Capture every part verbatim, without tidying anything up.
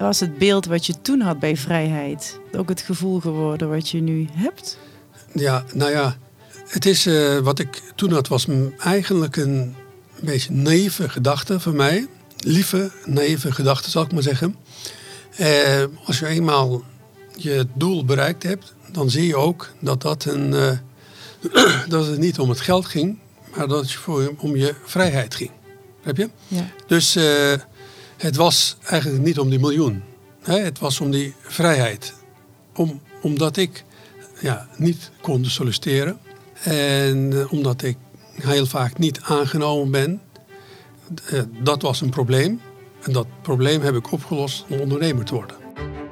was het beeld wat je toen had bij vrijheid ook het gevoel geworden wat je nu hebt? Ja, nou ja, het is uh, wat ik toen had was eigenlijk een beetje naïeve gedachte van mij. Lieve, naïeve gedachte zal ik maar zeggen. Uh, als je eenmaal je doel bereikt hebt, dan zie je ook dat, dat, een, uh, dat het niet om het geld ging, maar dat het voor, om je vrijheid ging. Heb je? Ja. Dus uh, het was eigenlijk niet om die miljoen. Hè? Het was om die vrijheid. Om, omdat ik ja, niet kon solliciteren. En uh, omdat ik heel vaak niet aangenomen ben. Uh, dat was een probleem. En dat probleem heb ik opgelost om ondernemer te worden.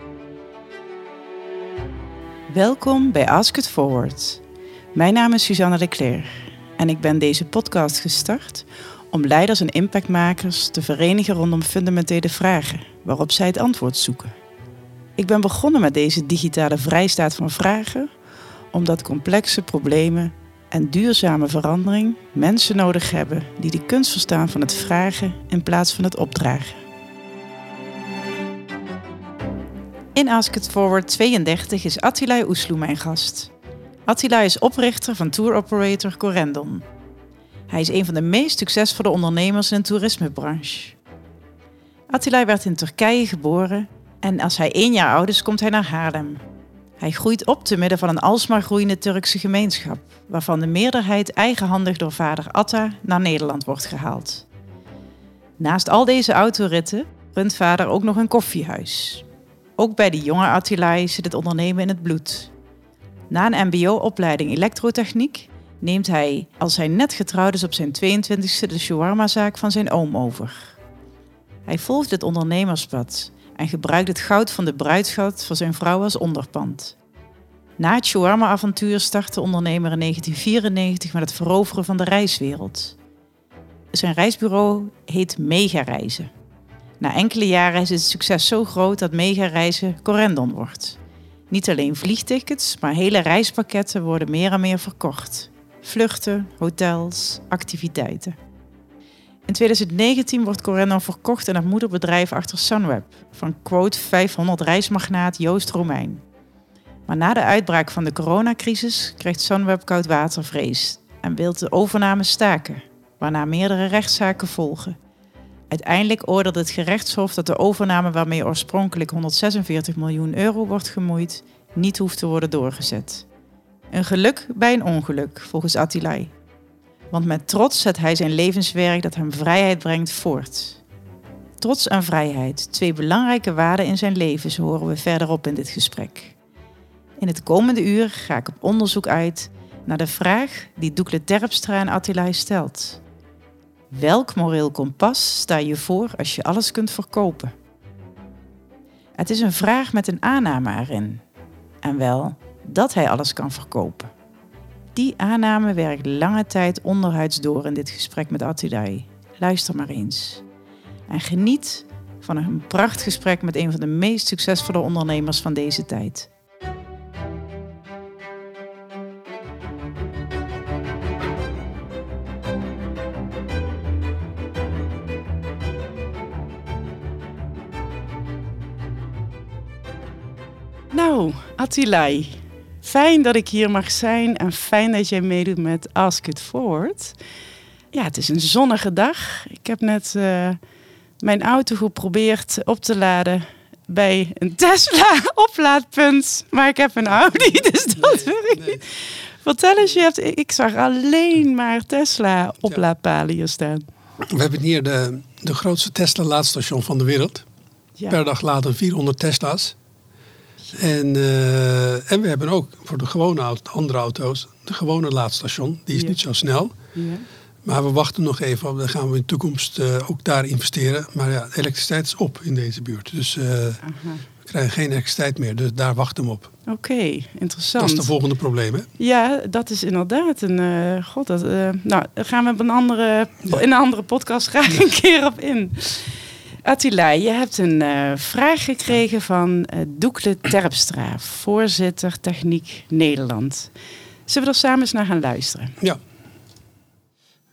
Welkom bij Ask It Forward. Mijn naam is Suzanne de Cler. En ik ben deze podcast gestart om leiders en impactmakers te verenigen rondom fundamentele vragen waarop zij het antwoord zoeken. Ik ben begonnen met deze digitale vrijstaat van vragen omdat complexe problemen en duurzame verandering mensen nodig hebben die de kunst verstaan van het vragen in plaats van het opdragen. In Ask It Forward tweeëndertig is Attilay Oesloe mijn gast. Attilay is oprichter van tour operator Corendon. Hij is een van de meest succesvolle ondernemers in de toerismebranche. Attilay werd in Turkije geboren en als hij één jaar oud is, komt hij naar Haarlem. Hij groeit op te midden van een alsmaar groeiende Turkse gemeenschap, waarvan de meerderheid eigenhandig door vader Atta naar Nederland wordt gehaald. Naast al deze autoritten runt vader ook nog een koffiehuis. Ook bij de jonge Attilay zit het ondernemen in het bloed. Na een mbo-opleiding elektrotechniek neemt hij, als hij net getrouwd is op zijn tweeëntwintigste, de shawarmazaak van zijn oom over. Hij volgt het ondernemerspad en gebruikt het goud van de bruidsgat voor zijn vrouw als onderpand. Na het shawarma-avontuur start de ondernemer in negentien vierennegentig met het veroveren van de reiswereld. Zijn reisbureau heet Mega Reizen. Na enkele jaren is het succes zo groot dat Mega Reizen Corendon wordt. Niet alleen vliegtickets, maar hele reispakketten worden meer en meer verkocht. Vluchten, hotels, activiteiten. In twintig negentien wordt Corendon verkocht aan het moederbedrijf achter Sunweb van quote vijfhonderd reismagnaat Joost Romein. Maar na de uitbraak van de coronacrisis krijgt Sunweb koudwatervrees en wil de overname staken, waarna meerdere rechtszaken volgen. Uiteindelijk oordeelt het gerechtshof dat de overname waarmee oorspronkelijk honderdzesenveertig miljoen euro wordt gemoeid niet hoeft te worden doorgezet. Een geluk bij een ongeluk, volgens Attilay. Want met trots zet hij zijn levenswerk dat hem vrijheid brengt voort. Trots en vrijheid, twee belangrijke waarden in zijn leven, zo horen we verderop in dit gesprek. In het komende uur ga ik op onderzoek uit naar de vraag die Doekle Terpstra aan Attilay stelt. Welk moreel kompas sta je voor als je alles kunt verkopen? Het is een vraag met een aanname erin. En wel dat hij alles kan verkopen. Die aanname werkt lange tijd onderhuids door in dit gesprek met Attilay. Luister maar eens. En geniet van een prachtgesprek met een van de meest succesvolle ondernemers van deze tijd. Nou, Attilay, fijn dat ik hier mag zijn en fijn dat jij meedoet met Ask It Forward. Ja, het is een zonnige dag. Ik heb net uh, mijn auto geprobeerd op te laden bij een Tesla-oplaadpunt, maar ik heb een Audi, dus dat nee, werkt nee. niet. Vertel eens, je hebt, ik zag alleen maar Tesla-oplaadpalen hier staan. We hebben hier de, de grootste Tesla-laadstation van de wereld. Ja. Per dag laden vierhonderd Tesla's. En, uh, en we hebben ook voor de gewone auto, andere auto's de gewone laadstation. Die is Ja. niet zo snel. Ja. Maar we wachten nog even op. Dan gaan we in de toekomst uh, ook daar investeren. Maar ja, de elektriciteit is op in deze buurt. Dus uh, we krijgen geen elektriciteit meer. Dus daar wachten we op. Oké, okay, interessant. Dat is het volgende probleem, hè? Ja, dat is inderdaad een... Uh, God, dat, uh, nou, daar gaan we op een andere, ja. in een andere podcast graag een keer op in. Attilay, je hebt een uh, vraag gekregen van uh, Doekle Terpstra, voorzitter Techniek Nederland. Zullen we er samen eens naar gaan luisteren? Ja.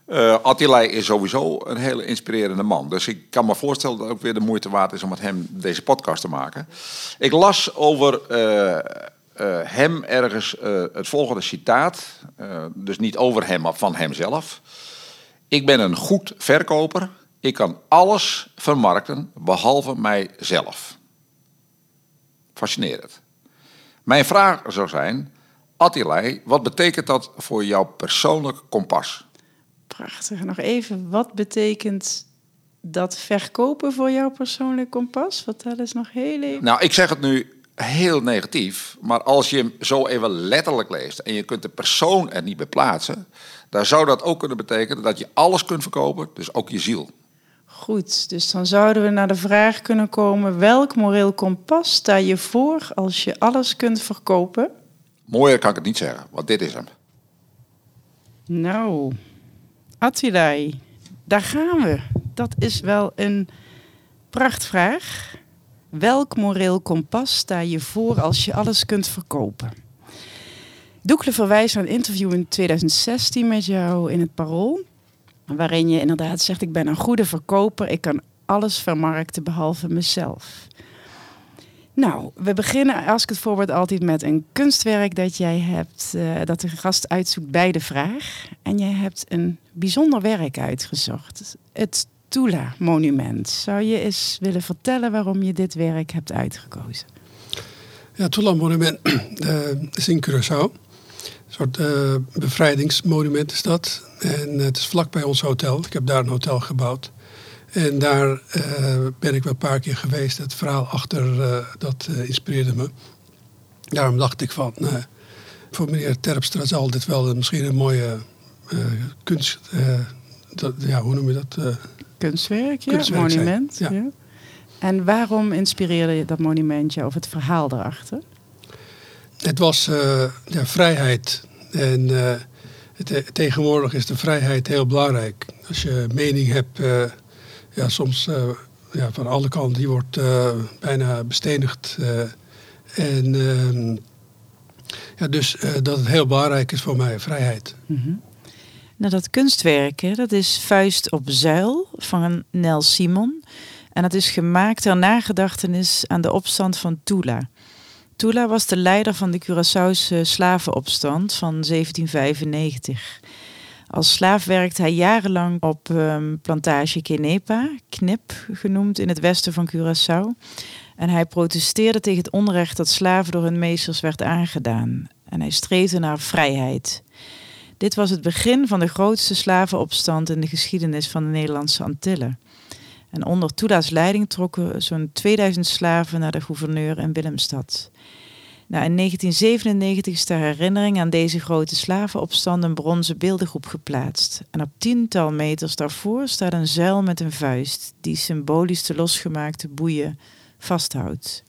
Uh, Attila is sowieso een hele inspirerende man. Dus ik kan me voorstellen dat het ook weer de moeite waard is om met hem deze podcast te maken. Ik las over uh, uh, hem ergens uh, het volgende citaat. Uh, dus niet over hem, maar van hemzelf. Ik ben een goed verkoper. Ik kan alles vermarkten, behalve mijzelf. Fascinerend. Mijn vraag zou zijn, Attila, wat betekent dat voor jouw persoonlijk kompas? Prachtig. Nog even, wat betekent dat verkopen voor jouw persoonlijk kompas? Vertel eens nog heel even. Nou, ik zeg het nu heel negatief, maar als je hem zo even letterlijk leest en je kunt de persoon er niet bij plaatsen, dan zou dat ook kunnen betekenen dat je alles kunt verkopen, dus ook je ziel. Goed, dus dan zouden we naar de vraag kunnen komen, welk moreel kompas sta je voor als je alles kunt verkopen? Mooier kan ik het niet zeggen, want dit is hem. Nou, Attila, daar gaan we. Dat is wel een prachtvraag. Welk moreel kompas sta je voor als je alles kunt verkopen? Doekle verwijst naar een interview in twintig zestien met jou in het Parool, waarin je inderdaad zegt, ik ben een goede verkoper, ik kan alles vermarkten behalve mezelf. Nou, we beginnen, als ik het voorbeeld altijd met een kunstwerk dat jij hebt, uh, dat de gast uitzoekt bij de vraag. En jij hebt een bijzonder werk uitgezocht. Het Tula-monument. Zou je eens willen vertellen waarom je dit werk hebt uitgekozen? Ja, het Tula-monument uh, is in Curaçao. Een soort uh, bevrijdingsmonument is dat. En uh, het is vlakbij ons hotel. Ik heb daar een hotel gebouwd. En daar uh, ben ik wel een paar keer geweest. Het verhaal achter, uh, dat uh, inspireerde me. Daarom dacht ik van, uh, voor meneer Terpstra zal dit wel uh, misschien een mooie uh, kunst... Uh, dat, ja, hoe noem je dat? Uh, kunstwerk, ja. Kunstwerk monument. Ja. Ja. En waarom inspireerde je dat monument je of het verhaal erachter? Het was uh, ja, vrijheid. En uh, het, tegenwoordig is de vrijheid heel belangrijk. Als je mening hebt... Uh, Ja, soms uh, ja, van alle kanten, die wordt uh, bijna bestenigd. Uh, en uh, ja, dus uh, dat het heel belangrijk is voor mij, vrijheid. Mm-hmm. Nou, dat kunstwerk, hè, dat is Vuist op Zuil van Nel Simon. En dat is gemaakt ter nagedachtenis aan de opstand van Tula. Tula was de leider van de Curaçaose slavenopstand van zeventien vijfennegentig. Als slaaf werkte hij jarenlang op um, plantage Kenepa, Knip genoemd, in het westen van Curaçao. En hij protesteerde tegen het onrecht dat slaven door hun meesters werd aangedaan. En hij streefde naar vrijheid. Dit was het begin van de grootste slavenopstand in de geschiedenis van de Nederlandse Antillen. En onder Tula's leiding trokken zo'n tweeduizend slaven naar de gouverneur in Willemstad. Nou, in negentien zevenennegentig is ter herinnering aan deze grote slavenopstand een bronzen beeldengroep geplaatst. En op tiental meters daarvoor staat een zuil met een vuist die symbolisch de losgemaakte boeien vasthoudt.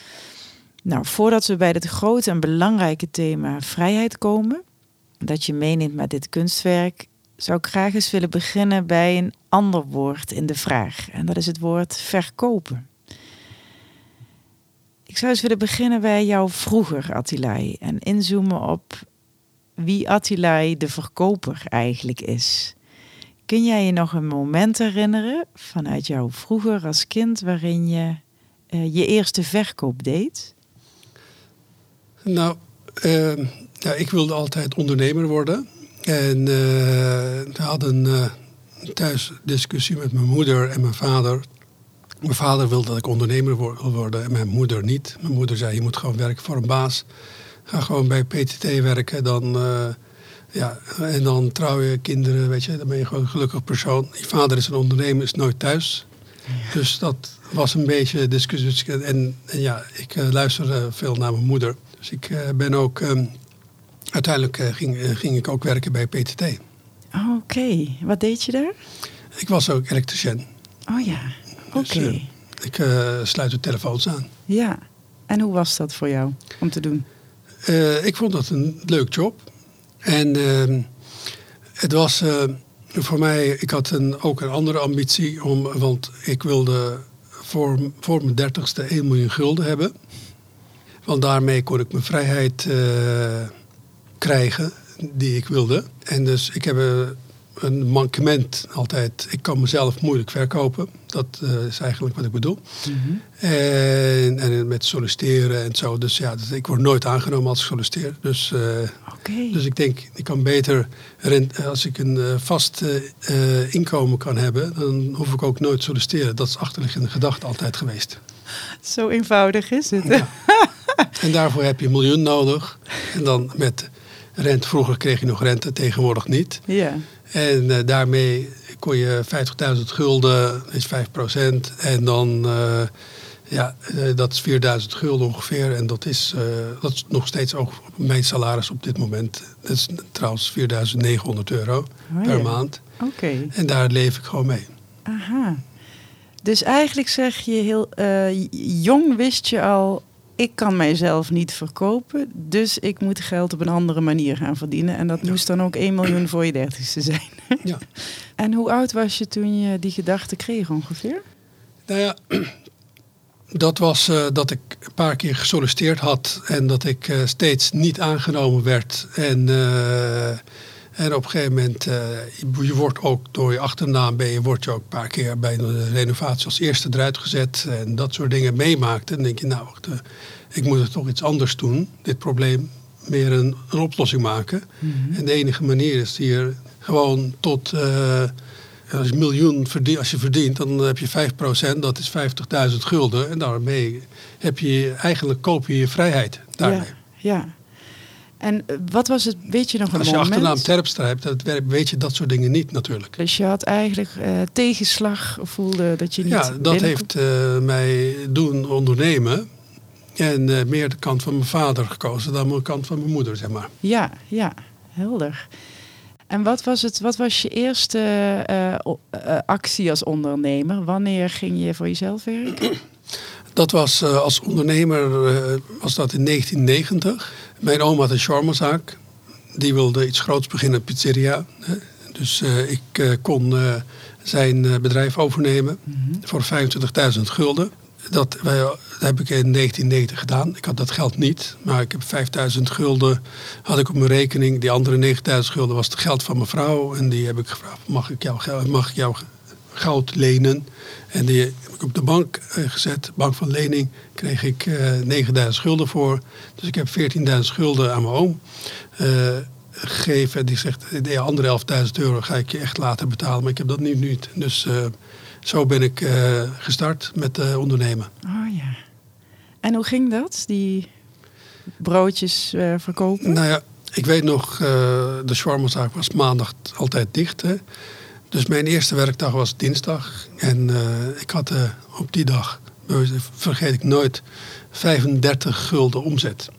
Nou, voordat we bij dit grote en belangrijke thema vrijheid komen, dat je meeneemt met dit kunstwerk, zou ik graag eens willen beginnen bij een ander woord in de vraag. En dat is het woord verkopen. Ik zou eens willen beginnen bij jou vroeger, Attila, en inzoomen op wie Attila de verkoper eigenlijk is. Kun jij je nog een moment herinneren vanuit jou vroeger als kind waarin je uh, je eerste verkoop deed? Nou, uh, ja, ik wilde altijd ondernemer worden. En uh, we hadden uh, thuis discussie met mijn moeder en mijn vader. Mijn vader wilde dat ik ondernemer wil worden en mijn moeder niet. Mijn moeder zei, je moet gewoon werken voor een baas. Ga gewoon bij P T T werken, dan, uh, ja, en dan trouw je kinderen, weet je, dan ben je gewoon een gelukkig persoon. Je vader is een ondernemer, is nooit thuis. Ja. Dus dat was een beetje discussie. En, en ja, ik uh, luisterde veel naar mijn moeder. Dus ik uh, ben ook, um, uiteindelijk uh, ging, uh, ging ik ook werken bij P T T. Oh, oké, okay. Wat deed je daar? Ik was ook elektricien. Oh ja. Oké. Dus, uh, ik uh, sluit de telefoons aan. Ja, en hoe was dat voor jou om te doen? Uh, ik vond dat een leuk job. En uh, het was uh, voor mij, ik had een, ook een andere ambitie. Om, want ik wilde voor, voor mijn dertigste één miljoen gulden hebben. Want daarmee kon ik mijn vrijheid uh, krijgen die ik wilde. En dus ik heb uh, een mankement altijd. Ik kan mezelf moeilijk verkopen. Dat uh, is eigenlijk wat ik bedoel. Mm-hmm. En, en met solliciteren en zo. Dus ja, dus ik word nooit aangenomen als ik solliciteer. Dus, uh, okay. dus ik denk, ik kan beter, als ik een uh, vast uh, inkomen kan hebben, dan hoef ik ook nooit te solliciteren. Dat is achterliggende gedachte altijd geweest. Zo eenvoudig is het. Ja. En daarvoor heb je een miljoen nodig. En dan met rente. Vroeger kreeg je nog rente, tegenwoordig niet. Ja. En uh, daarmee kon je vijftigduizend gulden, is vijf procent. En dan, uh, ja, uh, dat is vierduizend gulden ongeveer. En dat is, uh, dat is nog steeds ook mijn salaris op dit moment. Dat is trouwens vierduizend negenhonderd euro oh, per ja. maand. Okay. En daar leef ik gewoon mee. Aha. Dus eigenlijk zeg je heel uh, jong wist je al, ik kan mijzelf niet verkopen, dus ik moet geld op een andere manier gaan verdienen. En dat ja. moest dan ook één miljoen voor je dertigste zijn. Ja. En hoe oud was je toen je die gedachte kreeg ongeveer? Nou ja, dat was uh, dat ik een paar keer gesolliciteerd had en dat ik uh, steeds niet aangenomen werd. En, uh, en op een gegeven moment, uh, je, je wordt ook door je achternaam, ben je, word je ook een paar keer bij de renovatie als eerste eruit gezet. En dat soort dingen meemaakte. Dan denk je, nou, wacht, uh, ik moet er toch iets anders doen. Dit probleem meer een, een oplossing maken. Mm-hmm. En de enige manier is hier gewoon tot, uh, als je een miljoen verdient, als je verdient, dan heb je vijf procent, dat is vijftigduizend gulden. En daarmee heb je eigenlijk, koop je je vrijheid daarmee. Ja, ja. En wat was het, weet je nog een Als je moment? achternaam Terpstra hebt, dat weet je dat soort dingen niet natuurlijk. Dus je had eigenlijk uh, tegenslag, voelde dat je niet... Ja, dat heeft uh, mij doen ondernemen. En uh, meer de kant van mijn vader gekozen dan de kant van mijn moeder, zeg maar. Ja, ja, helder. En wat was, het, wat was je eerste uh, uh, actie als ondernemer? Wanneer ging je voor jezelf werken? Dat was uh, als ondernemer, uh, was dat in negentien negentig. Mijn oom had een shawarmazaak. Die wilde iets groots beginnen, een pizzeria. Dus uh, ik uh, kon uh, zijn uh, bedrijf overnemen mm-hmm. voor vijfentwintigduizend gulden. Dat, wij, dat heb ik in negentien negentig gedaan. Ik had dat geld niet, maar ik heb vijfduizend gulden had ik op mijn rekening. Die andere negenduizend gulden was het geld van mijn vrouw. En die heb ik gevraagd, mag ik jou, mag ik jou goud lenen? En die heb ik op de bank uh, gezet, bank van lening, kreeg ik uh, negenduizend gulden voor. Dus ik heb veertienduizend gulden aan mijn oom uh, gegeven. En die zegt, de andere elfduizend euro ga ik je echt later betalen. Maar ik heb dat nu niet. Dus uh, zo ben ik uh, gestart met uh, ondernemen. Oh ja. En hoe ging dat, die broodjes uh, verkopen? Nou ja, ik weet nog, uh, de shawarmazaak was maandag altijd dicht, hè. Dus mijn eerste werkdag was dinsdag. En uh, ik had uh, op die dag, vergeet ik nooit, vijfendertig gulden omzet.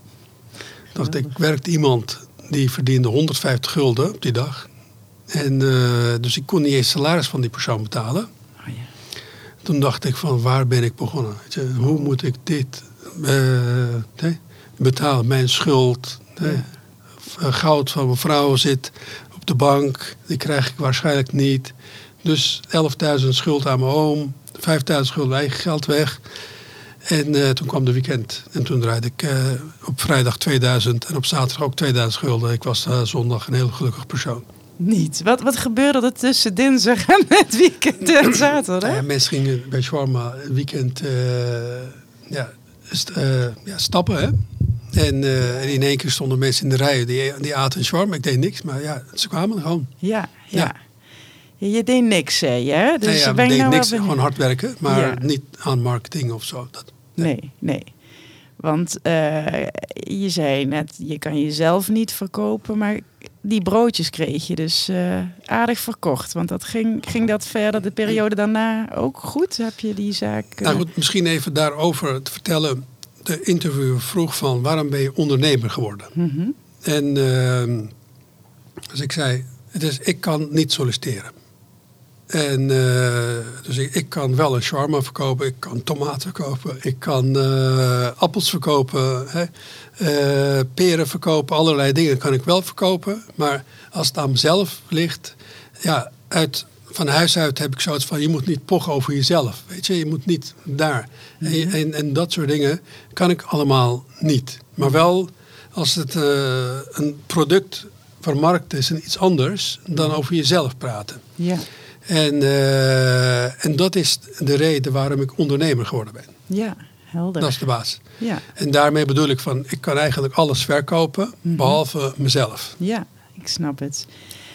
Dacht ik, werkte iemand die verdiende honderdvijftig gulden op die dag. En uh, dus ik kon niet eens salaris van die persoon betalen. Oh ja. Toen dacht ik van, waar ben ik begonnen? Weet je, hoe moet ik dit uh, nee, betalen? Mijn schuld, nee, ja. Goud van mijn vrouw zit op de bank, die krijg ik waarschijnlijk niet. Dus elfduizend schuld aan mijn oom, vijfduizend schuld eigen geld weg. En uh, toen kwam de weekend. En toen draaide ik uh, op vrijdag tweeduizend en op zaterdag ook tweeduizend schulden. Ik was uh, zondag een heel gelukkig persoon. Niet. Wat, wat gebeurde er tussen dinsdag en het weekend en zaterdag? Ja, mensen gingen bij shawarma weekend uh, ja, st- uh, ja, stappen, hè. En, uh, en in één keer stonden mensen in de rij, die, die aten een shawarma. Ik deed niks, maar ja, ze kwamen gewoon. Ja, ja. ja. Je deed niks, zei je, hè? Dus nee, ja, ben ik deed nou niks, wel... gewoon hard werken, maar ja. niet aan marketing of zo. Dat, nee. nee, nee. Want uh, je zei net, je kan jezelf niet verkopen, maar die broodjes kreeg je dus uh, aardig verkocht. Want dat ging, ging dat verder de periode daarna ook goed? Heb je die zaak... Uh... Nou goed, misschien even daarover te vertellen. De interviewer vroeg van, waarom ben je ondernemer geworden? Mm-hmm. En uh, dus ik zei, het is, ik kan niet solliciteren. En uh, dus ik, ik kan wel een shawarma verkopen, ik kan tomaten verkopen, ik kan uh, appels verkopen, hè, uh, peren verkopen, allerlei dingen kan ik wel verkopen. Maar als het aan mezelf ligt, ja, uit, van huis uit heb ik zoiets van, je moet niet pochen over jezelf, weet je, je moet niet daar. Mm-hmm. En, en, en dat soort dingen kan ik allemaal niet. Maar wel als het uh, een product vermarkten is iets anders dan over jezelf praten. Ja. En, uh, en dat is de reden waarom ik ondernemer geworden ben. Ja, helder. Dat is de basis. Ja. En daarmee bedoel ik van, ik kan eigenlijk alles verkopen, mm-hmm. behalve mezelf. Ja, ik snap het.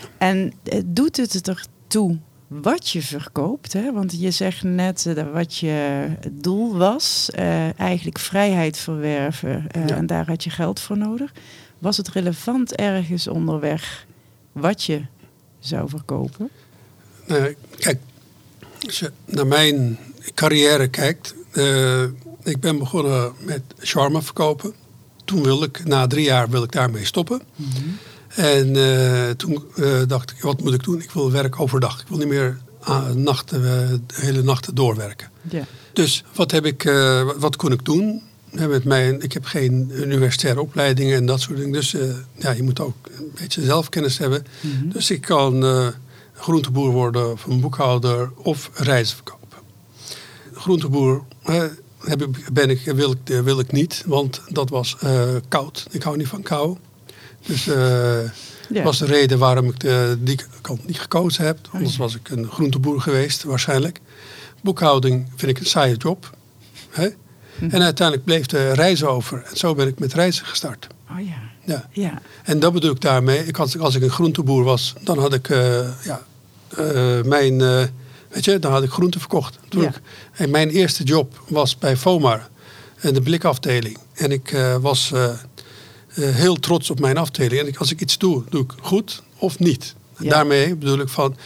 En doet het ertoe wat je verkoopt? Hè? Want je zegt net uh, wat je doel was. Uh, eigenlijk vrijheid verwerven. Uh, ja. En daar had je geld voor nodig. Was het relevant ergens onderweg wat je zou verkopen? Nou, kijk, als je naar mijn carrière kijkt. Uh, ik ben begonnen met shawarma verkopen. Toen wilde ik, na drie jaar wil ik daarmee stoppen. Mm-hmm. En uh, toen uh, dacht ik, wat moet ik doen? Ik wil werken overdag. Ik wil niet meer uh, nachten, uh, de hele nachten doorwerken. Yeah. Dus wat, heb ik, uh, wat kon ik doen? Ja, met mijn, ik heb geen universitaire opleidingen en dat soort dingen. Dus uh, ja, je moet ook een beetje zelfkennis hebben. Mm-hmm. Dus ik kan uh, groenteboer worden of een boekhouder of reizen verkopen. Groenteboer uh, heb ik, ben ik, wil, ik, wil ik niet, want dat was uh, koud. Ik hou niet van kou. Dus uh, dat ja. was de reden waarom ik de, die kant niet gekozen heb. Anders was ik een groenteboer geweest, waarschijnlijk. Boekhouding vind ik een saaie job. Hè? Hm. En uiteindelijk bleef de reizen over. En zo ben ik met reizen gestart. Oh ja. Ja. ja. En dat bedoel ik daarmee. Ik had, als ik een groenteboer was, dan had ik uh, ja, uh, mijn... Uh, weet je, dan had ik groenten verkocht. Toen ja. ik, en mijn eerste job was bij Fomar. En de blikafdeling. En ik uh, was... Uh, Uh, heel trots op mijn afdeling. En als ik iets doe, doe ik goed of niet. Ja. Daarmee bedoel ik van...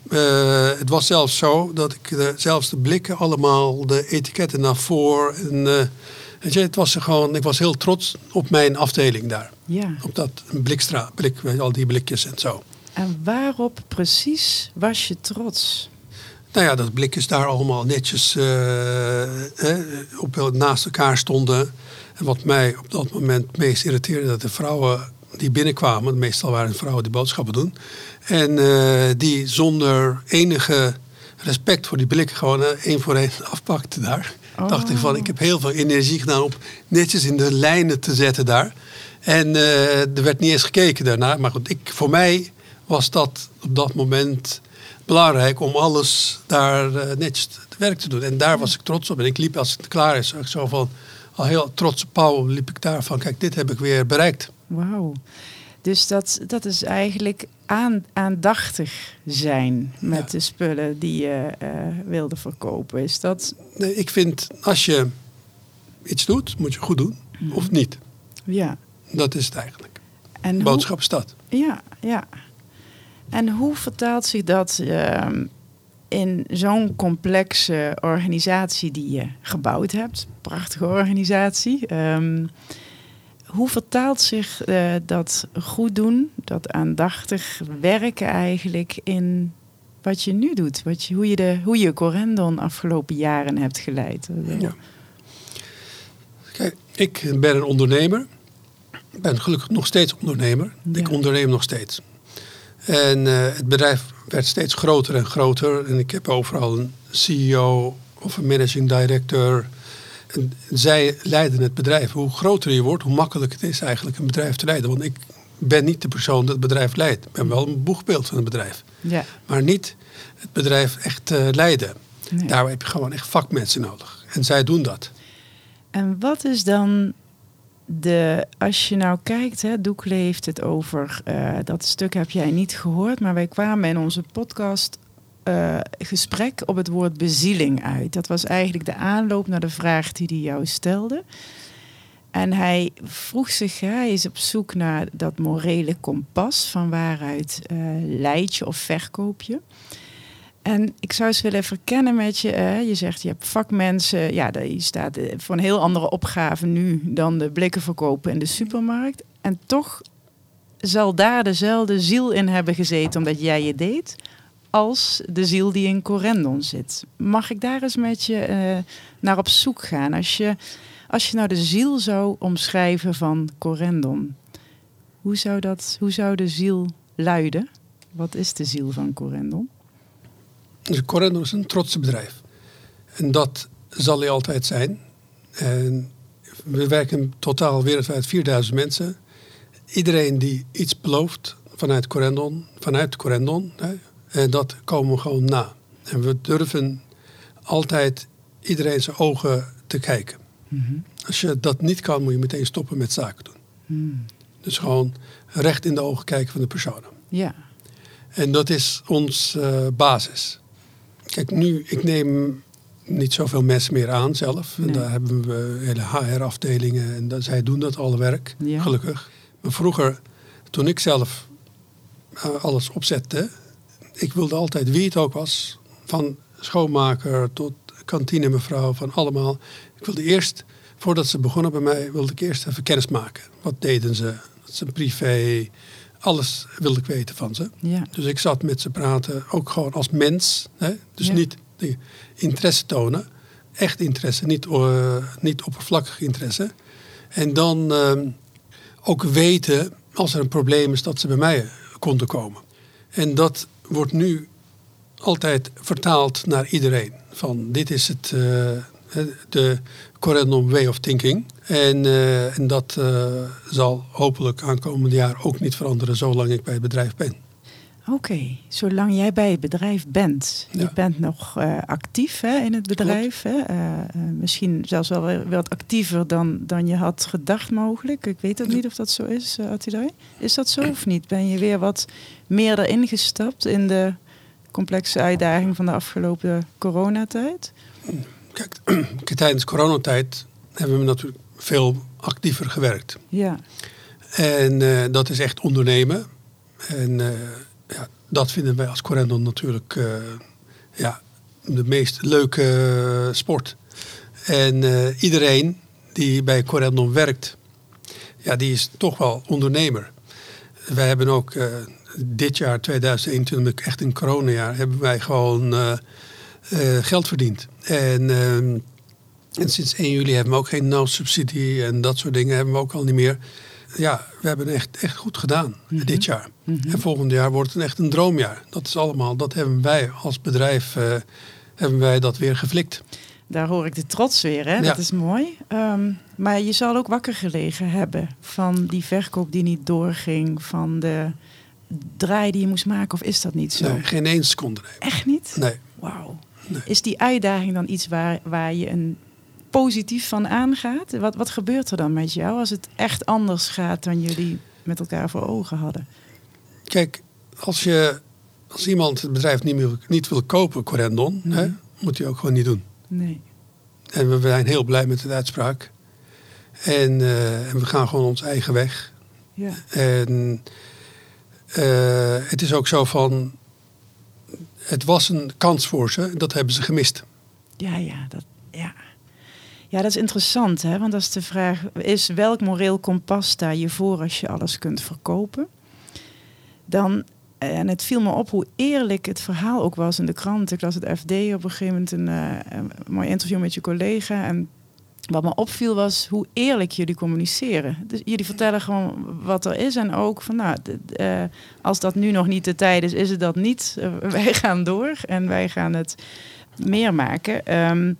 Uh, het was zelfs zo dat ik uh, zelfs de blikken allemaal, de etiketten naar voren. En, uh, weet je, het was gewoon, ik was heel trots op mijn afdeling daar. Ja. Op dat blikstraat, blik, al die blikjes en zo. En waarop precies was je trots? Nou ja, dat blikjes daar allemaal netjes uh, eh, op, naast elkaar stonden. En wat mij op dat moment het meest irriteerde, dat de vrouwen die binnenkwamen, meestal waren vrouwen die boodschappen doen, en uh, die zonder enige respect voor die blikken gewoon uh, één voor één afpakten daar. Oh. Dacht ik van, ik heb heel veel energie gedaan om netjes in de lijnen te zetten daar. En uh, er werd niet eens gekeken daarna. Maar goed, ik, voor mij was dat op dat moment belangrijk om alles daar uh, netjes te werk te doen. En daar was ik trots op. En ik liep, als het klaar is, ik zo van, al heel trots op Paul, liep ik daar van, kijk, dit heb ik weer bereikt. Wauw. Dus dat, dat is eigenlijk aan, aandachtig zijn met ja. de spullen die je uh, wilde verkopen. Is dat... Nee, ik vind, als je iets doet, moet je goed doen. Mm. Of niet. Ja. Dat is het eigenlijk. En boodschap hoe... is dat. Ja, ja. En hoe vertaalt zich dat uh, in zo'n complexe organisatie die je gebouwd hebt? Prachtige organisatie. Um, hoe vertaalt zich uh, dat goed doen, dat aandachtig werken eigenlijk in wat je nu doet? Wat je, hoe, je de, hoe je Corendon afgelopen jaren hebt geleid? Ja. Kijk, ik ben een ondernemer. Ik ben gelukkig nog steeds ondernemer. Ja. Ik onderneem nog steeds. En uh, het bedrijf werd steeds groter en groter. En ik heb overal een C E O of een managing director. En zij leiden het bedrijf. Hoe groter je wordt, hoe makkelijker het is eigenlijk een bedrijf te leiden. Want ik ben niet de persoon dat het bedrijf leidt. Ik ben wel een boegbeeld van het bedrijf. Ja. Maar niet het bedrijf echt uh, leiden. Nee. Daar heb je gewoon echt vakmensen nodig. En zij doen dat. En wat is dan de, als je nou kijkt, hè, Doekle heeft het over, uh, dat stuk heb jij niet gehoord, maar wij kwamen in onze podcast uh, gesprek op het woord bezieling uit. Dat was eigenlijk de aanloop naar de vraag die hij jou stelde. En hij vroeg zich, hij is op zoek naar dat morele kompas, van waaruit uh, leid je of verkoop je. En ik zou eens willen verkennen met je. Uh, je zegt, je hebt vakmensen. Ja, je staat voor een heel andere opgave nu dan de blikken verkopen in de supermarkt. En toch zal daar dezelfde ziel in hebben gezeten, omdat jij je deed, als de ziel die in Corendon zit. Mag ik daar eens met je uh, naar op zoek gaan? Als je, als je nou de ziel zou omschrijven van Corendon, hoe zou, dat, hoe zou de ziel luiden? Wat is de ziel van Corendon? Dus Corendon is een trotse bedrijf. En dat zal hij altijd zijn. En we werken totaal wereldwijd vierduizend mensen. Iedereen die iets belooft, vanuit Corendon, vanuit Corendon. Hè, en dat komen we gewoon na. En we durven altijd iedereen zijn ogen te kijken. Mm-hmm. Als je dat niet kan, moet je meteen stoppen met zaken doen. Mm. Dus gewoon recht in de ogen kijken van de personen. Ja. En dat is ons uh, basis. Kijk, nu, ik neem niet zoveel mensen meer aan zelf. Nee. En daar hebben we hele H R-afdelingen en dat, zij doen dat alle werk, ja. Gelukkig. Maar vroeger, toen ik zelf uh, alles opzette, ik wilde altijd, wie het ook was, van schoonmaker tot kantinemevrouw, van allemaal. Ik wilde eerst, voordat ze begonnen bij mij, wilde ik eerst even kennis maken. Wat deden ze? Dat ze privé, alles wilde ik weten van ze. Ja. Dus ik zat met ze praten, ook gewoon als mens. Hè? Dus ja. niet de interesse tonen. Echt interesse, niet, uh, niet oppervlakkig interesse. En dan uh, ook weten, als er een probleem is, dat ze bij mij konden komen. En dat wordt nu altijd vertaald naar iedereen. Van dit is het, uh, de Corendon way of thinking. En, uh, en dat uh, zal hopelijk aankomende jaar ook niet veranderen zolang ik bij het bedrijf ben. Oké, okay. Zolang jij bij het bedrijf bent. Ja. Je bent nog uh, actief hè, in het bedrijf. Hè? Uh, uh, misschien zelfs wel weer wat actiever dan, dan je had gedacht mogelijk. Ik weet ook ja. niet of dat zo is, uh, Attilai. Is dat zo of niet? Ben je weer wat meer erin gestapt in de complexe uitdaging van de afgelopen coronatijd? Kijk, tijdens coronatijd hebben we natuurlijk veel actiever gewerkt. Ja. En uh, dat is echt ondernemen. En uh, ja, dat vinden wij als Corendon natuurlijk uh, ja, de meest leuke uh, sport. En uh, iedereen die bij Corendon werkt, ja, die is toch wel ondernemer. Wij hebben ook uh, dit jaar, tweeduizend eenentwintig, echt een coronajaar, hebben wij gewoon uh, uh, geld verdiend. En, uh, en sinds één juli hebben we ook geen no-subsidie en dat soort dingen hebben we ook al niet meer. Ja, we hebben het echt, echt goed gedaan mm-hmm. dit jaar. Mm-hmm. En volgend jaar wordt het echt een droomjaar. Dat is allemaal, dat hebben wij als bedrijf, uh, hebben wij dat weer geflikt. Daar hoor ik de trots weer, hè? Ja. Dat is mooi. Um, maar je zal ook wakker gelegen hebben van die verkoop die niet doorging, van de draai die je moest maken, of is dat niet zo? Nee, geen één seconde. Nee. Echt niet? Nee. Wauw. Nee. Is die uitdaging dan iets waar, waar je een positief van aangaat? Wat, wat gebeurt er dan met jou als het echt anders gaat dan jullie met elkaar voor ogen hadden? Kijk, als je als iemand het bedrijf niet, meer, niet wil kopen, Corendon, nee. hè, moet hij ook gewoon niet doen. Nee. En we zijn heel blij met de uitspraak. En, uh, en we gaan gewoon ons eigen weg. Ja. En uh, het is ook zo van, het was een kans voor ze, dat hebben ze gemist. Ja, ja, dat, ja. Ja, dat is interessant, hè? Want dat is de vraag, is welk moreel kompas sta je voor als je alles kunt verkopen? Dan, en het viel me op hoe eerlijk het verhaal ook was in de krant. Ik las het F D op een gegeven moment een, uh, een mooi interview met je collega. En wat me opviel was hoe eerlijk jullie communiceren. Dus jullie vertellen gewoon wat er is. En ook van, nou, d- d- uh, als dat nu nog niet de tijd is, is het dat niet. Uh, wij gaan door en wij gaan het meer maken. Um,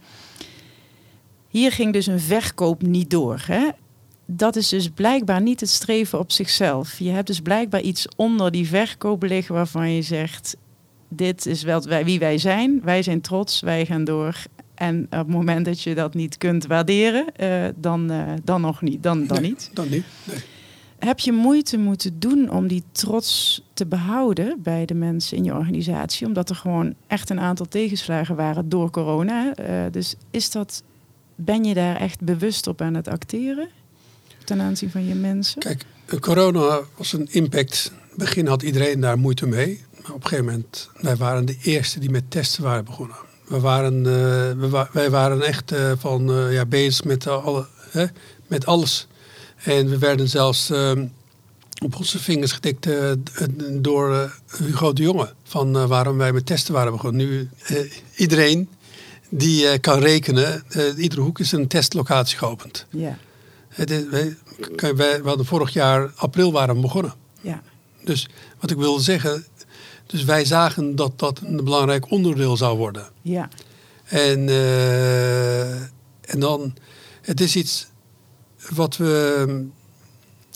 Hier ging dus een verkoop niet door. Hè? Dat is dus blijkbaar niet het streven op zichzelf. Je hebt dus blijkbaar iets onder die verkoop liggen waarvan je zegt, dit is wel wij, wie wij zijn. Wij zijn trots, wij gaan door. En op het moment dat je dat niet kunt waarderen, uh, dan, uh, dan nog niet. Dan, dan nee, niet. Dan niet. Nee. Heb je moeite moeten doen om die trots te behouden bij de mensen in je organisatie? Omdat er gewoon echt een aantal tegenslagen waren door corona. Uh, dus is dat... Ben je daar echt bewust op aan het acteren ten aanzien van je mensen? Kijk, corona was een impact. In het begin had iedereen daar moeite mee. Maar op een gegeven moment, wij waren de eerste die met testen waren begonnen. We waren, uh, we wa- wij waren echt uh, van, uh, ja, bezig met, uh, alle, hè, met alles. En we werden zelfs uh, op onze vingers getikt uh, door uh, Hugo de Jonge. Van uh, waarom wij met testen waren begonnen. Nu, uh, iedereen... die uh, kan rekenen. Uh, iedere hoek is een testlocatie geopend. Ja. Het is, wij, wij, we hadden vorig jaar april waren we begonnen. Ja. Dus wat ik wilde zeggen, dus wij zagen dat dat een belangrijk onderdeel zou worden. Ja. En, uh, en dan, het is iets wat we,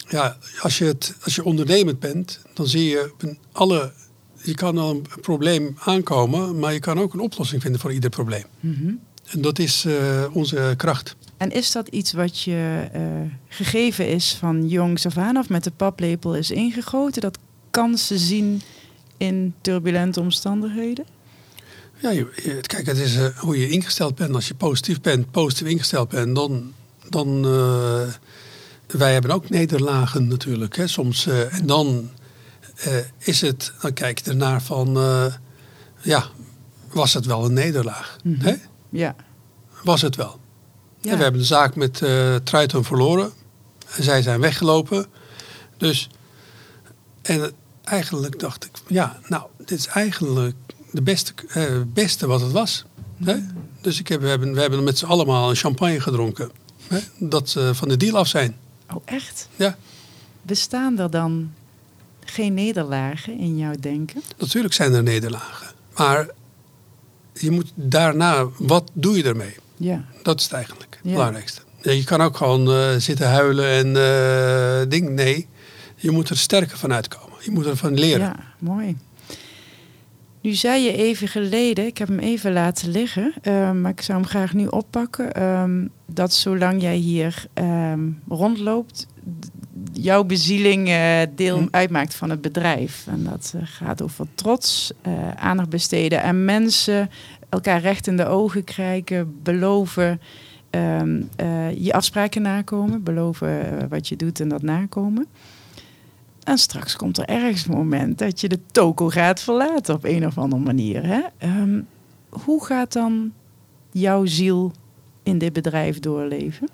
ja, als je, het, als je ondernemend bent, dan zie je een alle... Je kan al een probleem aankomen, maar je kan ook een oplossing vinden voor ieder probleem. Mm-hmm. En dat is uh, onze kracht. En is dat iets wat je uh, gegeven is van jongs af aan of met de paplepel is ingegoten? Dat kansen zien in turbulente omstandigheden? Ja, je, je, kijk, het is uh, hoe je ingesteld bent. Als je positief bent, positief ingesteld bent, dan... dan uh, wij hebben ook nederlagen natuurlijk. Hè, soms. Uh, en dan uh, is het... Dan kijk je ernaar van... Uh, ja, was het wel een nederlaag? Mm-hmm. Hè? Ja. Was het wel. Ja. En we hebben de zaak met uh, Triton verloren. En zij zijn weggelopen. Dus... En eigenlijk dacht ik... Ja, nou, dit is eigenlijk de beste, uh, beste wat het was. Mm-hmm. Hè? Dus ik heb, we, hebben, we hebben met z'n allemaal een champagne gedronken. Hè? Dat ze van de deal af zijn. Oh, echt? Ja. Bestaan er dan geen nederlagen in jouw denken? Natuurlijk zijn er nederlagen. Maar je moet daarna... Wat doe je ermee? Ja. Dat is het eigenlijk het ja. belangrijkste. Ja, je kan ook gewoon uh, zitten huilen en uh, ding. Nee, je moet er sterker van uitkomen. Je moet ervan leren. Ja, mooi. Nu zei je even geleden, ik heb hem even laten liggen, uh, maar ik zou hem graag nu oppakken, um, dat zolang jij hier um, rondloopt, d- jouw bezieling uh, deel hm. uitmaakt van het bedrijf. En dat uh, gaat over trots, uh, aandacht besteden aan mensen, elkaar recht in de ogen kijken, beloven, um, uh, je afspraken nakomen, beloven uh, wat je doet en dat nakomen. En straks komt er ergens een moment dat je de toko gaat verlaten op een of andere manier. Hè? Um, hoe gaat dan jouw ziel in dit bedrijf doorleven?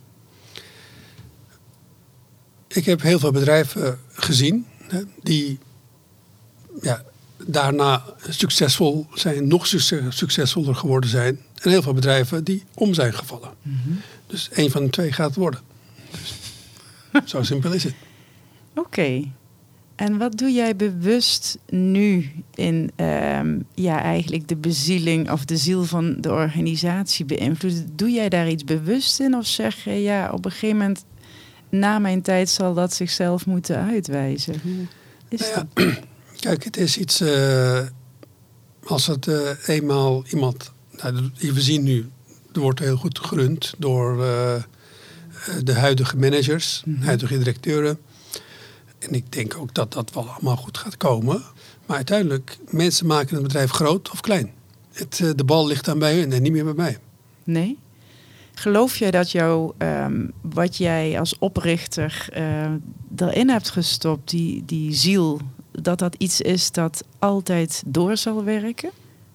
Ik heb heel veel bedrijven gezien hè, die ja, daarna succesvol zijn, nog succesvoller geworden zijn. En heel veel bedrijven die om zijn gevallen. Mm-hmm. Dus één van de twee gaat het worden. Dus, zo simpel is het. Oké. Okay. En wat doe jij bewust nu in um, ja, eigenlijk de bezieling of de ziel van de organisatie beïnvloeden? Doe jij daar iets bewust in of zeg je ja, op een gegeven moment na mijn tijd zal dat zichzelf moeten uitwijzen? Hoe is nou ja, dat? Kijk, het is iets uh, als het uh, eenmaal iemand, nou, we zien nu, er wordt heel goed gerund door uh, de huidige managers, mm-hmm. huidige directeuren. En ik denk ook dat dat wel allemaal goed gaat komen. Maar uiteindelijk, mensen maken het bedrijf groot of klein. Het, de bal ligt dan bij hun en niet meer bij mij. Nee? Geloof jij dat jou, um, wat jij als oprichter uh, erin hebt gestopt, die, die ziel, dat dat iets is dat altijd door zal werken?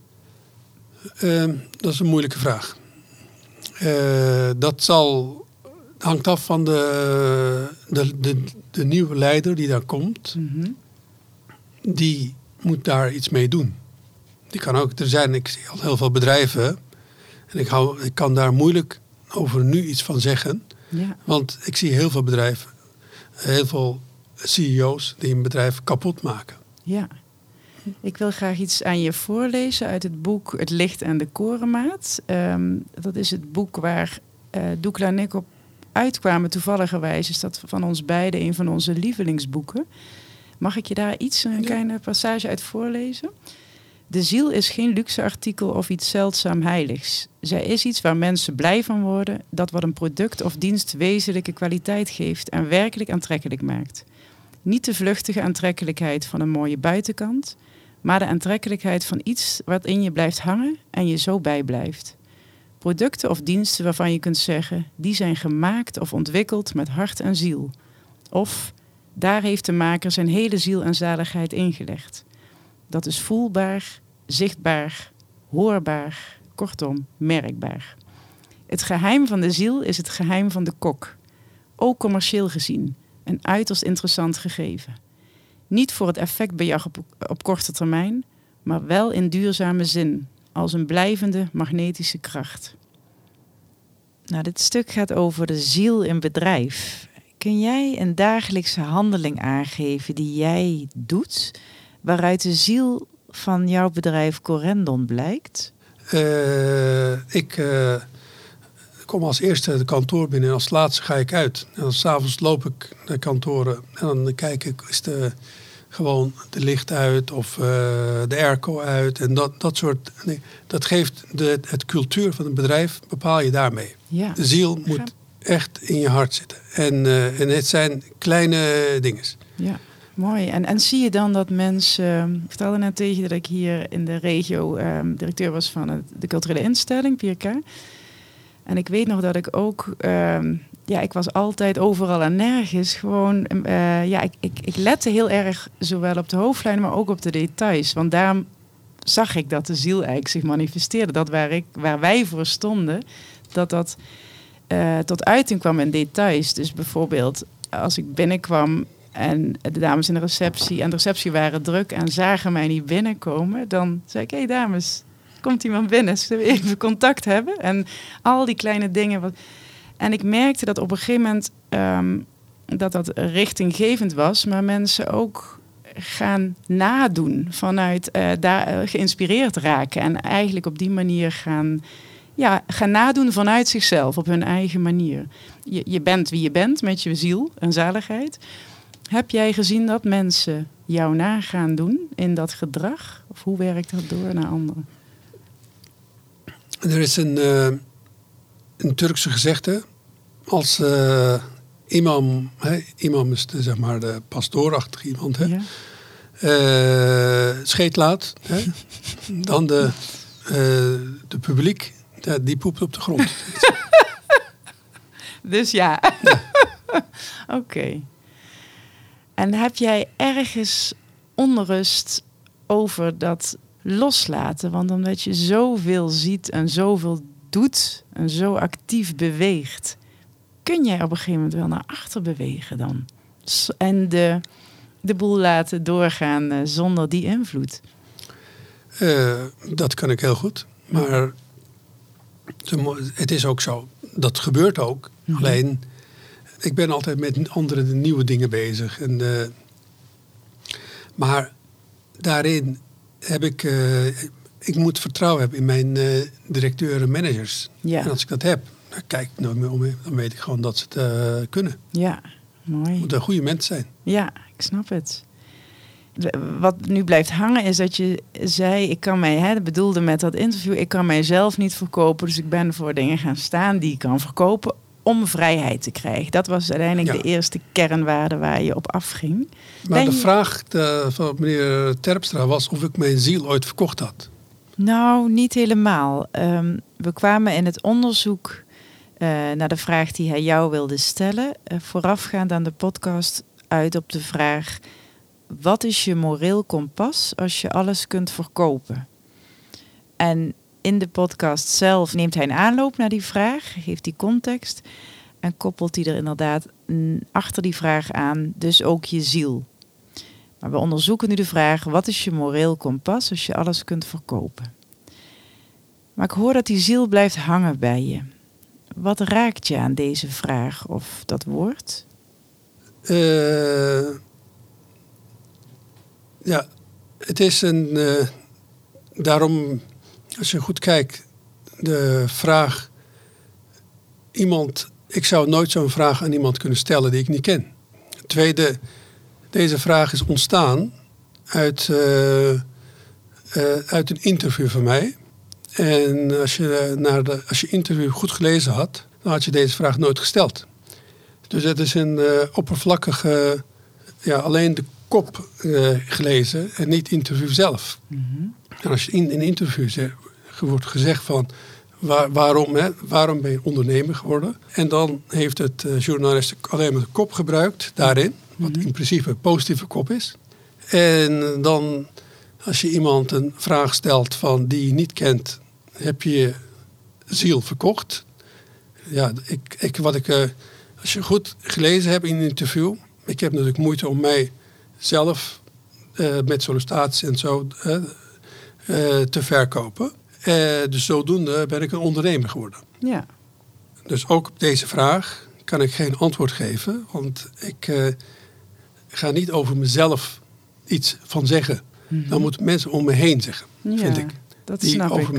Uh, dat is een moeilijke vraag. Uh, dat zal... hangt af van de, de, de, de nieuwe leider die daar komt. Mm-hmm. Die moet daar iets mee doen. Die kan ook, er zijn, ik zie al heel veel bedrijven. En ik, hou, ik kan daar moeilijk over nu iets van zeggen. Ja. Want ik zie heel veel bedrijven, heel veel C E O's die een bedrijf kapot maken. Ja. Ik wil graag iets aan je voorlezen uit het boek Het Licht en de Korenmaat. Um, dat is het boek waar uh, Doekla en ik op uitkwamen. Toevalligerwijs is dat van ons beiden een van onze lievelingsboeken. Mag ik je daar iets, een kleine passage uit voorlezen? De ziel is geen luxe artikel of iets zeldzaam heiligs. Zij is iets waar mensen blij van worden, dat wat een product of dienst wezenlijke kwaliteit geeft en werkelijk aantrekkelijk maakt. Niet de vluchtige aantrekkelijkheid van een mooie buitenkant, maar de aantrekkelijkheid van iets wat in je blijft hangen en je zo bijblijft. Producten of diensten waarvan je kunt zeggen, die zijn gemaakt of ontwikkeld met hart en ziel. Of, daar heeft de maker zijn hele ziel en zaligheid ingelegd. Dat is voelbaar, zichtbaar, hoorbaar, kortom, merkbaar. Het geheim van de ziel is het geheim van de kok. Ook commercieel gezien, een uiterst interessant gegeven. Niet voor het effectbejag op, op korte termijn, maar wel in duurzame zin, als een blijvende magnetische kracht. Nou, dit stuk gaat over de ziel in bedrijf. Kun jij een dagelijkse handeling aangeven die jij doet, waaruit de ziel van jouw bedrijf Corendon blijkt? Uh, ik, uh, kom als eerste het kantoor binnen en als laatste ga ik uit. En dan 's avonds loop ik naar kantoren en dan kijk ik, is de, gewoon de licht uit of uh, de airco uit. En dat, dat soort, nee, dat geeft de, het cultuur van het bedrijf, bepaal je daarmee. Ja. De ziel moet echt in je hart zitten. En, uh, en het zijn kleine dingen. Ja. Mooi. En, en zie je dan dat mensen... Ik vertelde net tegen je dat ik hier in de regio um, directeur was van het, de culturele instelling, P R K. En ik weet nog dat ik ook... Um, ja, ik was altijd overal en nergens. Gewoon, uh, ja, ik, ik, ik lette heel erg zowel op de hoofdlijnen, maar ook op de details. Want daarom zag ik dat de ziel eigenlijk zich manifesteerde. Dat waar, ik, waar wij voor stonden, dat dat uh, tot uiting kwam in details. Dus bijvoorbeeld, als ik binnenkwam... En de dames in de receptie en de receptie waren druk en zagen mij niet binnenkomen. Dan zei ik, hé hey dames, komt iemand binnen? Zullen we even contact hebben? En al die kleine dingen. Wat... En ik merkte dat op een gegeven moment um, dat dat richtinggevend was. Maar mensen ook gaan nadoen vanuit uh, daar uh, geïnspireerd raken. En eigenlijk op die manier gaan, ja, gaan nadoen vanuit zichzelf op hun eigen manier. Je, je bent wie je bent met je ziel en zaligheid. Heb jij gezien dat mensen jou na gaan doen in dat gedrag? Of hoe werkt dat door naar anderen? Er is een, uh, een Turkse gezegde. Als uh, imam, hè, imam is de, zeg maar de pastoorachtige iemand, hè, ja. uh, scheet laat, hè, dan de, uh, de publiek, die poept op de grond. Dus ja. ja. Oké. Okay. En heb jij ergens onrust over dat loslaten? Want omdat je zoveel ziet en zoveel doet en zo actief beweegt, kun jij op een gegeven moment wel naar achter bewegen dan? En de, de boel laten doorgaan uh, zonder die invloed? Uh, dat kan ik heel goed. Maar het is ook zo. Dat gebeurt ook. Mm-hmm. Alleen... Ik ben altijd met andere nieuwe dingen bezig. En, uh, maar daarin heb ik... Uh, ik moet vertrouwen hebben in mijn uh, directeuren en managers. Ja. En als ik dat heb, dan kijk ik nooit meer om. Dan weet ik gewoon dat ze het uh, kunnen. Ja, mooi. Het moeten goede mensen zijn. Ja, ik snap het. Wat nu blijft hangen is dat je zei... Ik kan mij, hè, bedoelde met dat interview... Ik kan mijzelf niet verkopen. Dus ik ben voor dingen gaan staan die ik kan verkopen... om vrijheid te krijgen. Dat was uiteindelijk ja. de eerste kernwaarde waar je op afging. Maar ben de je... vraag de, van meneer Terpstra was of ik mijn ziel ooit verkocht had. Nou, niet helemaal. Um, we kwamen in het onderzoek uh, naar de vraag die hij jou wilde stellen. Uh, voorafgaand aan de podcast uit op de vraag... Wat is je moreel kompas als je alles kunt verkopen? En... in de podcast zelf neemt hij een aanloop naar die vraag, geeft die context en koppelt hij er inderdaad achter die vraag aan, dus ook je ziel. Maar we onderzoeken nu de vraag, wat is je moreel kompas als je alles kunt verkopen? Maar ik hoor dat die ziel blijft hangen bij je. Wat raakt je aan deze vraag of dat woord? Uh, ja, het is een... Uh, daarom... Als je goed kijkt, de vraag... iemand, ik zou nooit zo'n vraag aan iemand kunnen stellen die ik niet ken. Tweede, deze vraag is ontstaan uit, uh, uh, uit een interview van mij. En als je, naar de, als je interview goed gelezen had, dan had je deze vraag nooit gesteld. Dus het is een uh, oppervlakkige, ja, alleen de kop uh, gelezen en niet het interview zelf. Mm-hmm. En als je in een interview zegt, wordt gezegd van waar, waarom, hè, waarom ben je ondernemer geworden? En dan heeft het uh, journalist alleen maar de kop gebruikt daarin, wat mm-hmm. in principe een positieve kop is. En dan als je iemand een vraag stelt van die je niet kent, heb je je ziel verkocht. Ja, ik, ik, wat ik, uh, als je goed gelezen hebt in een interview, ik heb natuurlijk moeite om mij zelf uh, met sollicitaties en zo uh, uh, te verkopen. Uh, dus zodoende ben ik een ondernemer geworden. Ja. Dus ook op deze vraag kan ik geen antwoord geven. Want ik uh, ga niet over mezelf iets van zeggen. Mm-hmm. Dan moeten mensen om me heen zeggen, ja, vind ik. Dat Die snap over ik. mij.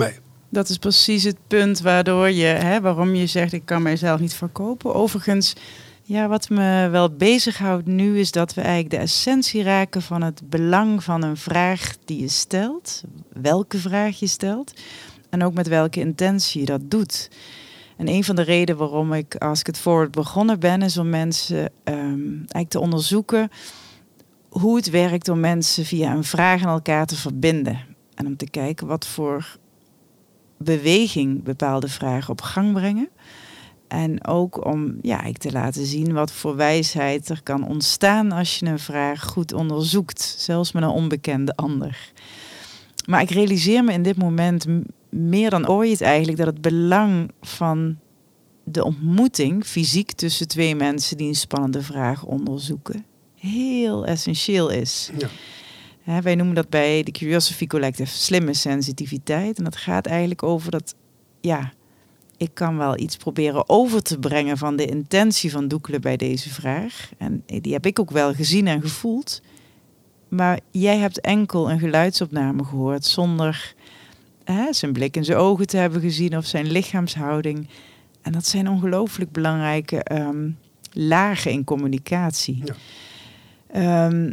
Dat is precies het punt waardoor je, hè, waarom je zegt ik kan mijzelf niet verkopen. Overigens, ja, wat me wel bezighoudt nu is dat we eigenlijk de essentie raken van het belang van een vraag die je stelt. Welke vraag je stelt. En ook met welke intentie je dat doet. En een van de redenen waarom ik Ask It Forward begonnen ben, is om mensen um, eigenlijk te onderzoeken hoe het werkt om mensen via een vraag aan elkaar te verbinden. En om te kijken wat voor beweging bepaalde vragen op gang brengen. En ook om ja, ik te laten zien wat voor wijsheid er kan ontstaan als je een vraag goed onderzoekt. Zelfs met een onbekende ander. Maar ik realiseer me in dit moment m- meer dan ooit eigenlijk dat het belang van de ontmoeting fysiek tussen twee mensen die een spannende vraag onderzoeken heel essentieel is. Ja. Hè, wij noemen dat bij de Curiosity Collective slimme sensitiviteit. En dat gaat eigenlijk over dat, ja, ik kan wel iets proberen over te brengen van de intentie van Doekle bij deze vraag. En die heb ik ook wel gezien en gevoeld. Maar jij hebt enkel een geluidsopname gehoord zonder hè, zijn blik in zijn ogen te hebben gezien of zijn lichaamshouding. En dat zijn ongelooflijk belangrijke um, lagen in communicatie. Ja. Um,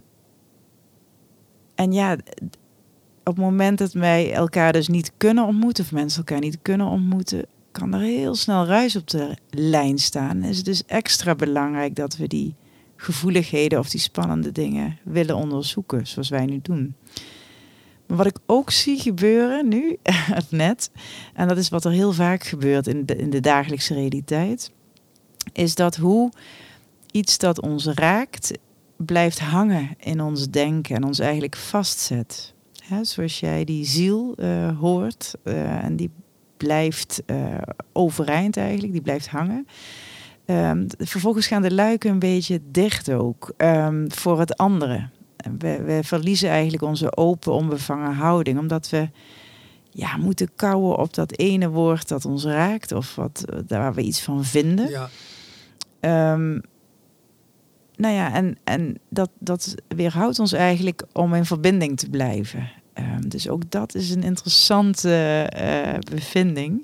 en ja, op het moment dat wij elkaar dus niet kunnen ontmoeten, of mensen elkaar niet kunnen ontmoeten, kan er heel snel ruis op de lijn staan. Is het dus extra belangrijk dat we die gevoeligheden of die spannende dingen willen onderzoeken, zoals wij nu doen. Maar wat ik ook zie gebeuren nu, of net, en dat is wat er heel vaak gebeurt in de, in de dagelijkse realiteit, is dat hoe iets dat ons raakt, blijft hangen in ons denken en ons eigenlijk vastzet. Hè, zoals jij die ziel uh, hoort uh, en die blijft uh, overeind eigenlijk, die blijft hangen. Um, vervolgens gaan de luiken een beetje dicht ook um, voor het andere. We, we verliezen eigenlijk onze open, onbevangen houding, omdat we ja, moeten kauwen op dat ene woord dat ons raakt of wat, waar we iets van vinden. Ja. Um, nou ja, en, en dat, dat weerhoudt ons eigenlijk om in verbinding te blijven. Um, dus ook dat is een interessante uh, bevinding.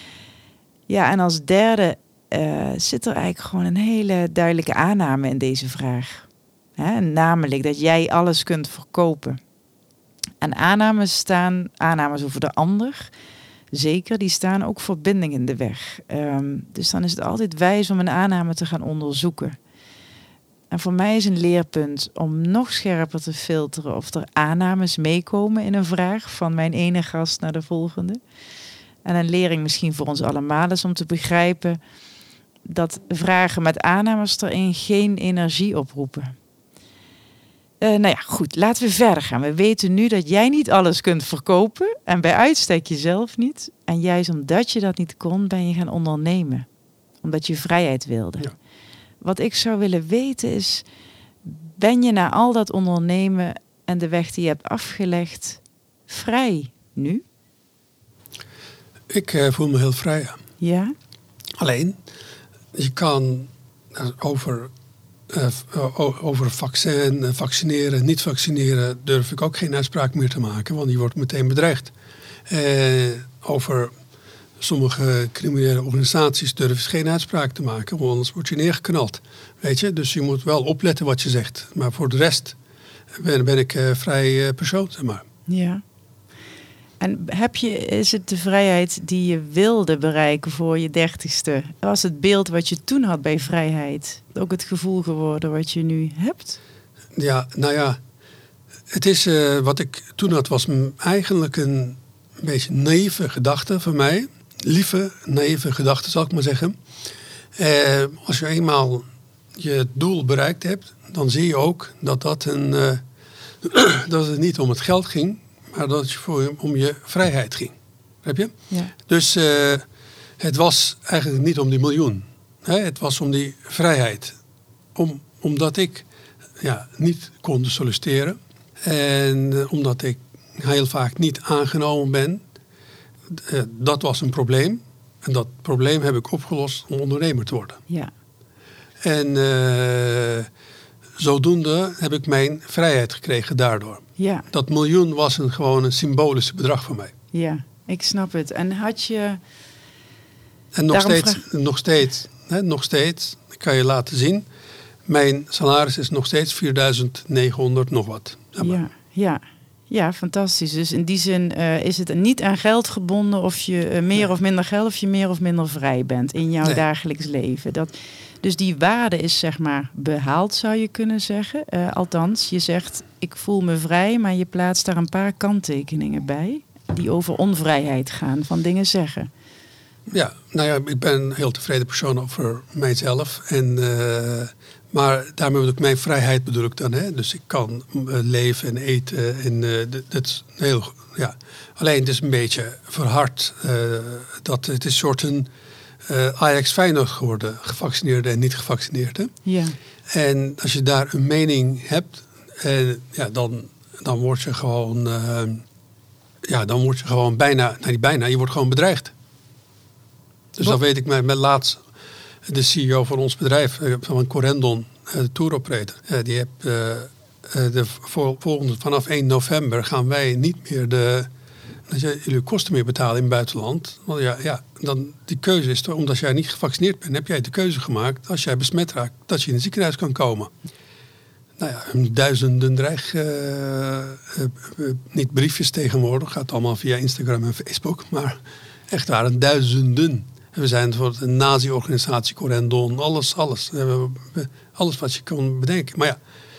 Ja, en als derde uh, zit er eigenlijk gewoon een hele duidelijke aanname in deze vraag. Hè, namelijk dat jij alles kunt verkopen. En aannames staan, aannames over de ander, zeker, die staan ook verbinding in de weg. Um, dus dan is het altijd wijs om een aanname te gaan onderzoeken. En voor mij is een leerpunt om nog scherper te filteren of er aannames meekomen in een vraag van mijn ene gast naar de volgende. En een lering misschien voor ons allemaal is om te begrijpen dat vragen met aannames erin geen energie oproepen. Uh, nou ja, goed, laten we verder gaan. We weten nu dat jij niet alles kunt verkopen en bij uitstek jezelf niet. En juist omdat je dat niet kon, ben je gaan ondernemen. Omdat je vrijheid wilde. Ja. Wat ik zou willen weten is, ben je na al dat ondernemen en de weg die je hebt afgelegd vrij nu? Ik uh, voel me heel vrij. Ja? Alleen, je kan over, uh, over vaccin, vaccineren, niet vaccineren, durf ik ook geen uitspraak meer te maken, want die wordt meteen bedreigd. Uh, over sommige criminele organisaties durven ze geen uitspraak te maken, want anders word je neergeknald. Weet je? Dus je moet wel opletten wat je zegt. Maar voor de rest ben, ben ik uh, vrij uh, persoon, zeg maar. Ja. En heb je, is het de vrijheid die je wilde bereiken voor je dertigste? Was het beeld wat je toen had bij vrijheid ook het gevoel geworden wat je nu hebt? Ja, nou ja. Het is uh, wat ik toen had, was eigenlijk een beetje naïeve gedachte van mij. Lieve, naïeve gedachte, zal ik maar zeggen. Uh, als je eenmaal je doel bereikt hebt, dan zie je ook dat, dat, een, uh, dat het niet om het geld ging, maar dat het voor, om je vrijheid ging. Heb je? Ja. Dus uh, het was eigenlijk niet om die miljoen. Hè? Het was om die vrijheid. Om, omdat ik ja, niet kon solliciteren. En uh, omdat ik heel vaak niet aangenomen ben. Uh, dat was een probleem. En dat probleem heb ik opgelost om ondernemer te worden. Ja. En uh, zodoende heb ik mijn vrijheid gekregen daardoor. Ja. Dat miljoen was een, gewoon een symbolisch bedrag voor mij. Ja. ik snap het. En had je... En nog Daarom steeds, vraag... nog steeds, hè, nog steeds, ik kan je laten zien. Mijn salaris is nog steeds vierduizend negenhonderd nog wat. Ja, ja, ja. ja, fantastisch. Dus in die zin uh, is het niet aan geld gebonden of je uh, meer nee. of minder geld of je meer of minder vrij bent in jouw nee. dagelijks leven. Dat, dus die waarde is zeg maar behaald, zou je kunnen zeggen. Uh, althans, je zegt ik voel me vrij, maar je plaatst daar een paar kanttekeningen bij die over onvrijheid gaan, van dingen zeggen. Ja, nou ja, ik ben een heel tevreden persoon over mijzelf. En, uh, maar daarmee bedoel ik mijn vrijheid bedoel ik dan. Hè? Dus ik kan uh, leven en eten. En, uh, dat is heel, ja. Alleen het is een beetje verhard. Uh, dat het is een soort een uh, Ajax Feyenoord geworden. Gevaccineerden en niet gevaccineerden. Ja. En als je daar een mening hebt, uh, ja, dan, dan word je gewoon... Uh, ja, dan word je gewoon bijna... Nou, niet bijna, je wordt gewoon bedreigd. Dus dan weet ik met, met laatst de C E O van ons bedrijf, van Corendon, de tour operator. Die heeft uh, de volgende, vanaf één november gaan wij niet meer de dat je, jullie kosten meer betalen in het buitenland. Want ja, ja, dan die keuze is toch, omdat jij niet gevaccineerd bent, heb jij de keuze gemaakt, als jij besmet raakt, dat je in het ziekenhuis kan komen. Nou ja, duizenden dreig, uh, uh, uh, niet briefjes tegenwoordig, gaat allemaal via Instagram en Facebook, maar echt waren duizenden. We zijn voor een nazi-organisatie, Corendon, alles, alles. Alles wat je kan bedenken. Maar ja,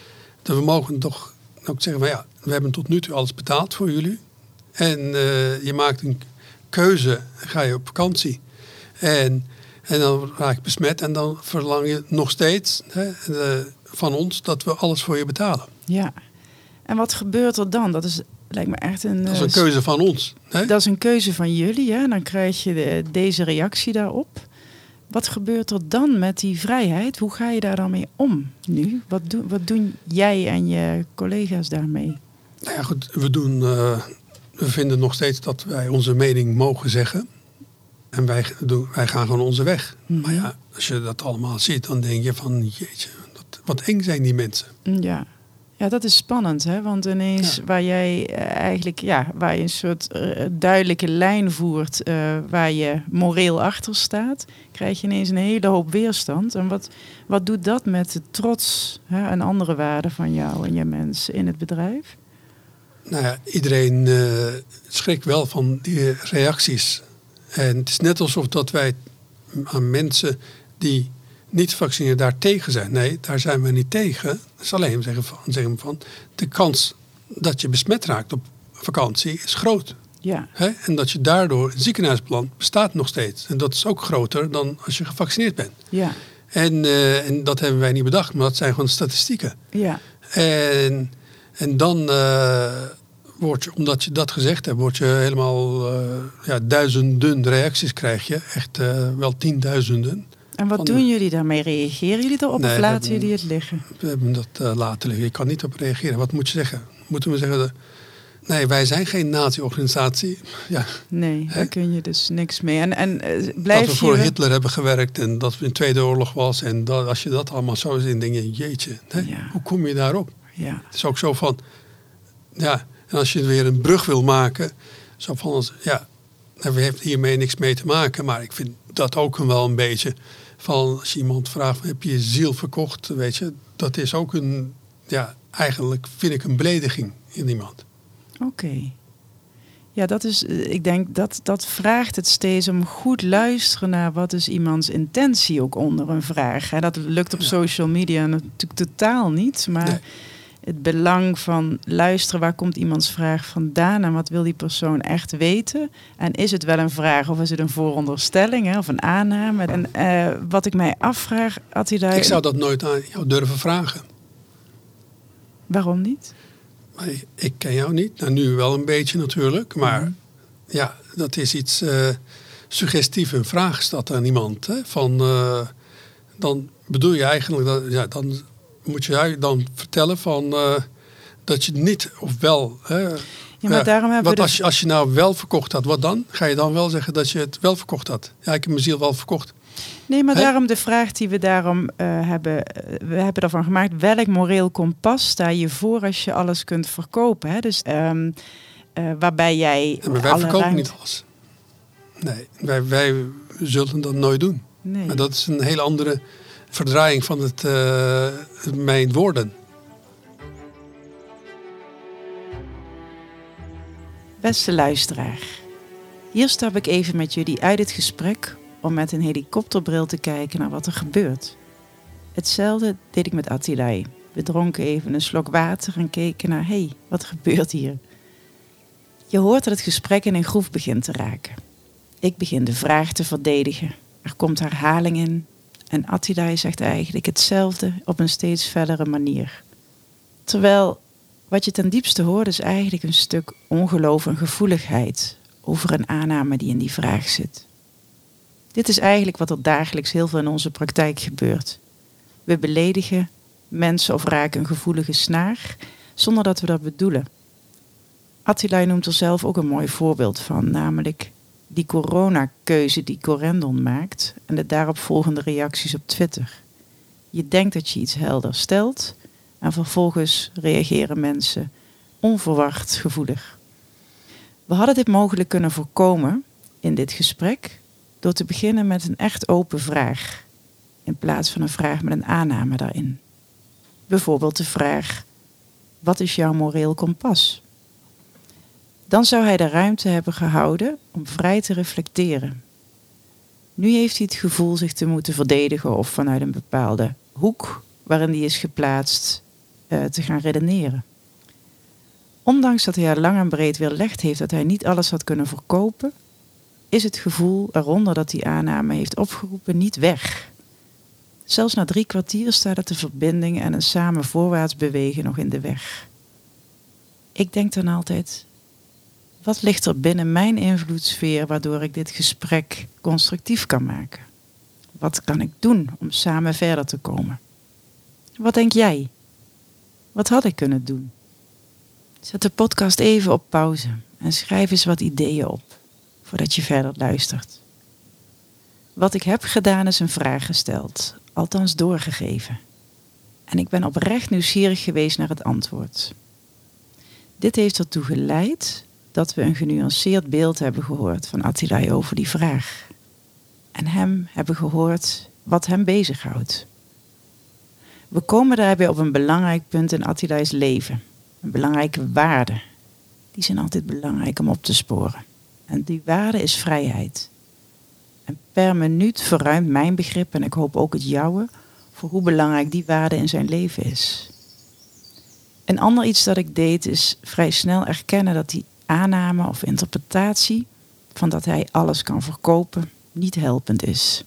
we mogen toch ook zeggen, maar ja, we hebben tot nu toe alles betaald voor jullie. En uh, je maakt een keuze, ga je op vakantie. En, en dan raak je besmet en dan verlang je nog steeds hè, de, van ons dat we alles voor je betalen. Ja, en wat gebeurt er dan? Dat is... Lijkt me echt een, dat is een keuze van ons. Hè? Dat is een keuze van jullie. Hè? Dan krijg je de, deze reactie daarop. Wat gebeurt er dan met die vrijheid? Hoe ga je daar dan mee om nu? Wat, do, wat doen jij en je collega's daarmee? Nou ja, goed. We, doen, uh, we vinden nog steeds dat wij onze mening mogen zeggen. En wij, doen, wij gaan gewoon onze weg. Mm-hmm. Maar ja, als je dat allemaal ziet, dan denk je van... Jeetje, dat, wat eng zijn die mensen. Ja. Ja, dat is spannend, hè? Want ineens ja. waar jij uh, eigenlijk, ja, waar je een soort uh, duidelijke lijn voert, uh, waar je moreel achter staat, krijg je ineens een hele hoop weerstand. En wat, wat doet dat met de trots hè, en andere waarden van jou en je mensen in het bedrijf? Nou ja, iedereen uh, schrikt wel van die reacties. En het is net alsof dat wij aan mensen die niet vaccineren daar tegen zijn. Nee, daar zijn we niet tegen. Dat is alleen zeggen van, zeggen van de kans dat je besmet raakt op vakantie is groot. Ja. He? En dat je daardoor in het ziekenhuis belandt bestaat nog steeds. En dat is ook groter dan als je gevaccineerd bent. Ja. En, uh, en dat hebben wij niet bedacht, maar dat zijn gewoon statistieken. Ja. En, en dan uh, word je, omdat je dat gezegd hebt, word je helemaal uh, ja, duizenden reacties krijg je. Echt uh, wel tienduizenden. En wat doen jullie daarmee? Reageren jullie erop nee, of laten hebben, jullie het liggen? We hebben dat uh, laten liggen. Je kan niet op reageren. Wat moet je zeggen? Moeten we zeggen... De, nee, wij zijn geen nazi-organisatie. Ja. Nee, He? daar kun je dus niks mee. En, en uh, blijf dat we voor je... Hitler hebben gewerkt en dat we in de Tweede Oorlog was. En dat, als je dat allemaal zo ziet, denk je, jeetje, ja. hoe kom je daarop? Ja. Het is ook zo van... Ja, en als je weer een brug wil maken... Zo van, ja, we hebben hiermee niks mee te maken. Maar ik vind dat ook wel een beetje... Van als je iemand vraagt, heb je je ziel verkocht? Weet je, dat is ook een, ja, eigenlijk vind ik een belediging in iemand. Oké. Okay. Ja, dat is, ik denk dat dat vraagt het steeds om goed luisteren naar wat is iemands intentie ook onder een vraag. En dat lukt op ja. social media natuurlijk totaal niet, maar nee. Het belang van luisteren, waar komt iemands vraag vandaan en wat wil die persoon echt weten? En is het wel een vraag of is het een vooronderstelling hè, of een aanname? En uh, wat ik mij afvraag, Attila... Ik zou dat nooit aan jou durven vragen. Waarom niet? Maar ik ken jou niet. Nou, nu wel een beetje natuurlijk. Maar mm-hmm. ja, dat is iets uh, suggestief. Een vraag is dat aan iemand. Hè? Van, uh, dan bedoel je eigenlijk... Dat, ja, dan moet je dan vertellen van, uh, dat je niet of wel... Hè, ja, maar ja, daarom hebben wat we als, je, als je nou wel verkocht had, wat dan? Ga je dan wel zeggen dat je het wel verkocht had? Ja, ik heb mijn ziel wel verkocht. Nee, maar He? daarom de vraag die we daarom uh, hebben... Uh, we hebben ervan gemaakt, welk moreel kompas sta je voor als je alles kunt verkopen? Hè? Dus um, Uh, waarbij jij... Ja, maar wij alle verkopen ruimte... niet alles. Nee, wij, wij zullen dat nooit doen. Nee. Maar dat is een hele andere verdraaiing van het, uh, mijn woorden. Beste luisteraar, hier stap ik even met jullie uit het gesprek om met een helikopterbril te kijken naar wat er gebeurt. Hetzelfde deed ik met Attilay. We dronken even een slok water en keken naar, hé, hey, wat gebeurt hier? Je hoort dat het gesprek in een groef begint te raken. Ik begin de vraag te verdedigen. Er komt herhaling in. En Attilay zegt eigenlijk hetzelfde op een steeds fellere manier. Terwijl wat je ten diepste hoort is eigenlijk een stuk ongeloof en gevoeligheid over een aanname die in die vraag zit. Dit is eigenlijk wat er dagelijks heel veel in onze praktijk gebeurt. We beledigen mensen of raken een gevoelige snaar zonder dat we dat bedoelen. Attilay noemt er zelf ook een mooi voorbeeld van, namelijk die coronakeuze die Corendon maakt en de daaropvolgende reacties op Twitter. Je denkt dat je iets helder stelt en vervolgens reageren mensen onverwacht gevoelig. We hadden dit mogelijk kunnen voorkomen in dit gesprek door te beginnen met een echt open vraag, in plaats van een vraag met een aanname daarin. Bijvoorbeeld de vraag, wat is jouw moreel kompas? Dan zou hij de ruimte hebben gehouden om vrij te reflecteren. Nu heeft hij het gevoel zich te moeten verdedigen of vanuit een bepaalde hoek waarin hij is geplaatst uh, te gaan redeneren. Ondanks dat hij er lang en breed weerlegd heeft dat hij niet alles had kunnen verkopen, is het gevoel eronder dat die aanname heeft opgeroepen niet weg. Zelfs na drie kwartier staat het de verbinding en een samen voorwaarts bewegen nog in de weg. Ik denk dan altijd, wat ligt er binnen mijn invloedssfeer waardoor ik dit gesprek constructief kan maken? Wat kan ik doen om samen verder te komen? Wat denk jij? Wat had ik kunnen doen? Zet de podcast even op pauze en schrijf eens wat ideeën op voordat je verder luistert. Wat ik heb gedaan is een vraag gesteld, althans doorgegeven. En ik ben oprecht nieuwsgierig geweest naar het antwoord. Dit heeft ertoe geleid dat we een genuanceerd beeld hebben gehoord van Attilay over die vraag. En hem hebben gehoord wat hem bezighoudt. We komen daarbij op een belangrijk punt in Attilay's leven. Een belangrijke waarde. Die zijn altijd belangrijk om op te sporen. En die waarde is vrijheid. En per minuut verruimt mijn begrip, en ik hoop ook het jouwe, voor hoe belangrijk die waarde in zijn leven is. Een ander iets dat ik deed is vrij snel erkennen dat die aanname of interpretatie van dat hij alles kan verkopen niet helpend is.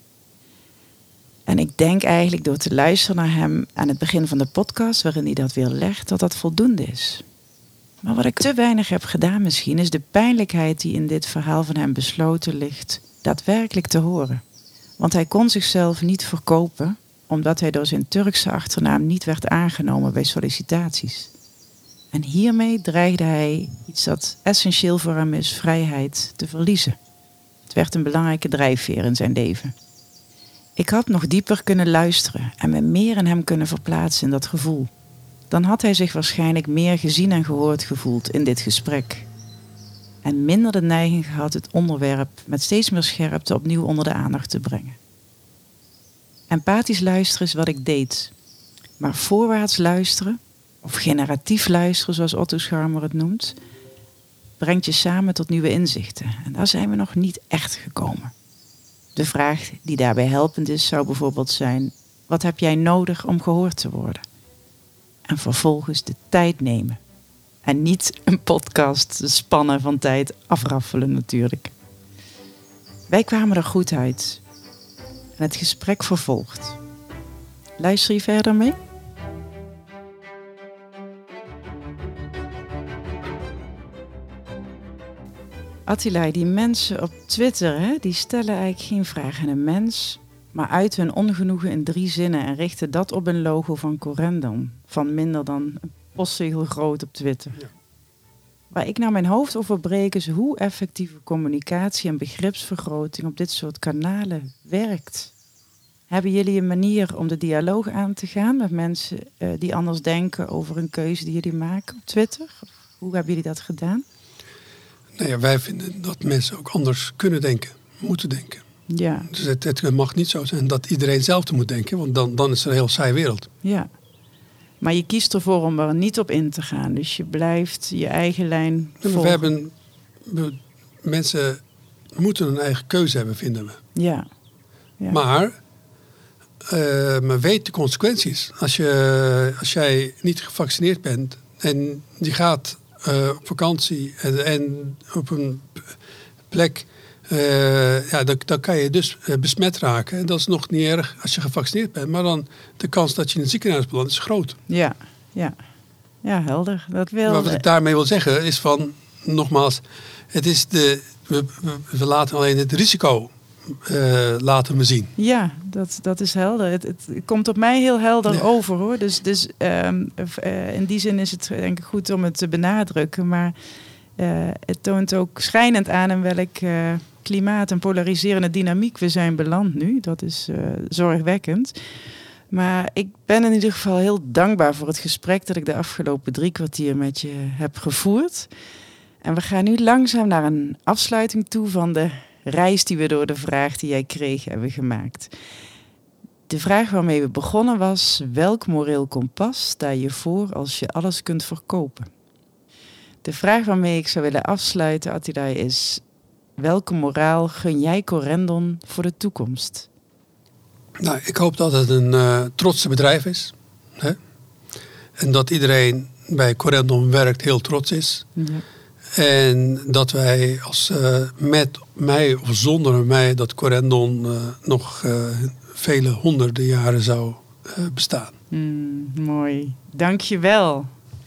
En ik denk eigenlijk door te luisteren naar hem aan het begin van de podcast, waarin hij dat weer legt, dat dat voldoende is. Maar wat ik te weinig heb gedaan misschien, is de pijnlijkheid die in dit verhaal van hem besloten ligt, daadwerkelijk te horen. Want hij kon zichzelf niet verkopen, omdat hij door zijn Turkse achternaam niet werd aangenomen bij sollicitaties. En hiermee dreigde hij iets dat essentieel voor hem is, vrijheid, te verliezen. Het werd een belangrijke drijfveer in zijn leven. Ik had nog dieper kunnen luisteren en me meer in hem kunnen verplaatsen in dat gevoel. Dan had hij zich waarschijnlijk meer gezien en gehoord gevoeld in dit gesprek. En minder de neiging gehad het onderwerp met steeds meer scherpte opnieuw onder de aandacht te brengen. Empathisch luisteren is wat ik deed. Maar voorwaarts luisteren, of generatief luisteren zoals Otto Scharmer het noemt, brengt je samen tot nieuwe inzichten. En daar zijn we nog niet echt gekomen. De vraag die daarbij helpend is zou bijvoorbeeld zijn, wat heb jij nodig om gehoord te worden? En vervolgens de tijd nemen. En niet een podcast de spannen van tijd afraffelen natuurlijk. Wij kwamen er goed uit. En het gesprek vervolgt. Luister je verder mee? Attilay, die mensen op Twitter, hè, die stellen eigenlijk geen vraag aan een mens, maar uiten hun ongenoegen in drie zinnen en richten dat op een logo van Corendon, van minder dan een postzegel groot op Twitter. Ja. Waar ik nou mijn hoofd over breek is hoe effectieve communicatie en begripsvergroting op dit soort kanalen werkt. Hebben jullie een manier om de dialoog aan te gaan met mensen uh, die anders denken over een keuze die jullie maken op Twitter? Hoe hebben jullie dat gedaan? Nou ja, wij vinden dat mensen ook anders kunnen denken, moeten denken. Ja. Dus het, het mag niet zo zijn dat iedereen hetzelfde moet denken, want dan, dan is het een heel saai wereld. Ja. Maar je kiest ervoor om er niet op in te gaan. Dus je blijft je eigen lijn volgen. We hebben, we, mensen moeten een eigen keuze hebben, vinden we. Ja. Ja. Maar, uh, maar weet de consequenties. Als, je, als jij niet gevaccineerd bent en je gaat uh, op vakantie en, en op een plek, uh, ja, dan, dan kan je dus uh, besmet raken. En dat is nog niet erg als je gevaccineerd bent. Maar dan de kans dat je in het ziekenhuis belandt is groot. Ja, ja. Ja, helder. Dat wil... Maar wat ik daarmee wil zeggen is van, nogmaals, het is de, we, we, we laten alleen het risico uh, laten we zien. Ja, dat, dat is helder. Het, het komt op mij heel helder ja. over, hoor. Dus, dus um, uh, in die zin is het denk ik goed om het te benadrukken. Maar uh, het toont ook schrijnend aan in welk uh, klimaat en polariserende dynamiek we zijn beland nu. Dat is uh, zorgwekkend. Maar ik ben in ieder geval heel dankbaar voor het gesprek dat ik de afgelopen drie kwartier met je heb gevoerd. En we gaan nu langzaam naar een afsluiting toe van de reis die we door de vraag die jij kreeg hebben gemaakt. De vraag waarmee we begonnen was: welk moreel kompas sta je voor als je alles kunt verkopen? De vraag waarmee ik zou willen afsluiten, Attilai, is: welke moraal gun jij Corendon voor de toekomst? Nou, ik hoop dat het een uh, trotse bedrijf is. Hè? En dat iedereen bij Corendon werkt heel trots is. Ja. En dat wij als uh, met mij of zonder mij dat Corendon uh, nog uh, vele honderden jaren zou uh, bestaan. Mm, mooi. Dank je wel.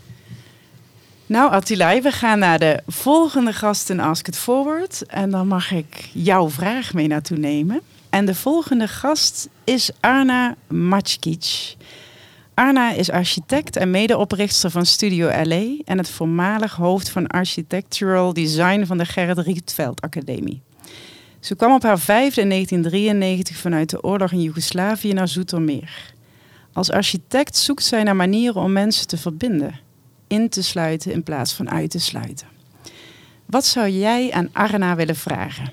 Nou, Attilai, we gaan naar de volgende gast in Ask It Forward. En dan mag ik jouw vraag mee naartoe nemen. En de volgende gast is Arna Mačkić. Arna is architect en medeoprichter van Studio L A en het voormalig hoofd van Architectural Design van de Gerrit Rietveld Academie. Ze kwam op haar vijfde in negentien drieënnegentig vanuit de oorlog in Joegoslavië naar Zoetermeer. Als architect zoekt zij naar manieren om mensen te verbinden, in te sluiten in plaats van uit te sluiten. Wat zou jij aan Arna willen vragen?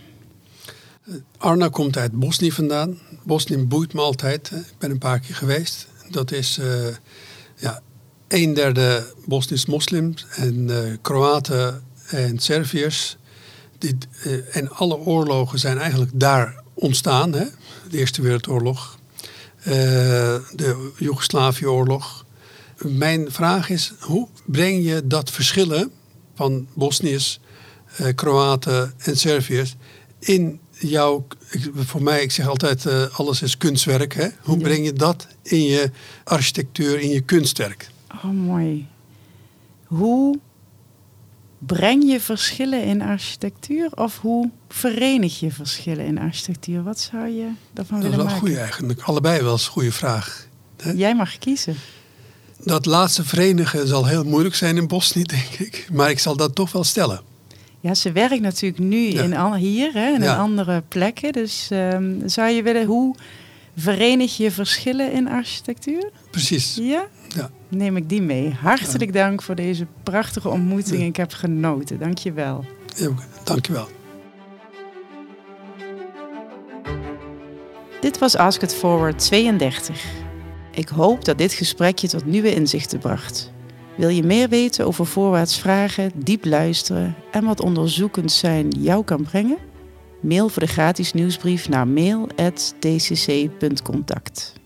Arna komt uit Bosnië vandaan. Bosnië boeit me altijd. Ik ben een paar keer geweest. Dat is uh, ja, een derde Bosnisch moslims en uh, Kroaten en Serviërs. Die, uh, en alle oorlogen zijn eigenlijk daar ontstaan. Hè? De Eerste Wereldoorlog, uh, de Joegoslavië-oorlog. Mijn vraag is, hoe breng je dat verschillen van Bosniërs, uh, Kroaten en Serviërs in jouw, voor mij, ik zeg altijd, uh, alles is kunstwerk. Hè? Hoe ja. breng je dat in je architectuur, in je kunstwerk? Oh, mooi. Hoe breng je verschillen in architectuur of hoe verenig je verschillen in architectuur? Wat zou je daarvan willen maken? Dat is wel goed eigenlijk. Allebei wel eens een goede vraag. Hè? Jij mag kiezen. Dat laatste verenigen zal heel moeilijk zijn in Bosnië, denk ik. Maar ik zal dat toch wel stellen. Ja, ze werkt natuurlijk nu ja. in al, hier, hè, in ja. andere plekken. Dus um, zou je willen, hoe verenig je verschillen in archituur? Precies. Ja? Ja. Neem ik die mee. Hartelijk ja. dank voor deze prachtige ontmoeting. Ja. Ik heb genoten. Dank je wel. Ja, dank je wel. Dit was Ask It Forward tweeëndertig. Ik hoop dat dit gesprek je tot nieuwe inzichten bracht. Wil je meer weten over voorwaarts vragen, diep luisteren en wat onderzoekend zijn jou kan brengen? Mail voor de gratis nieuwsbrief naar mail at d c c punt contact.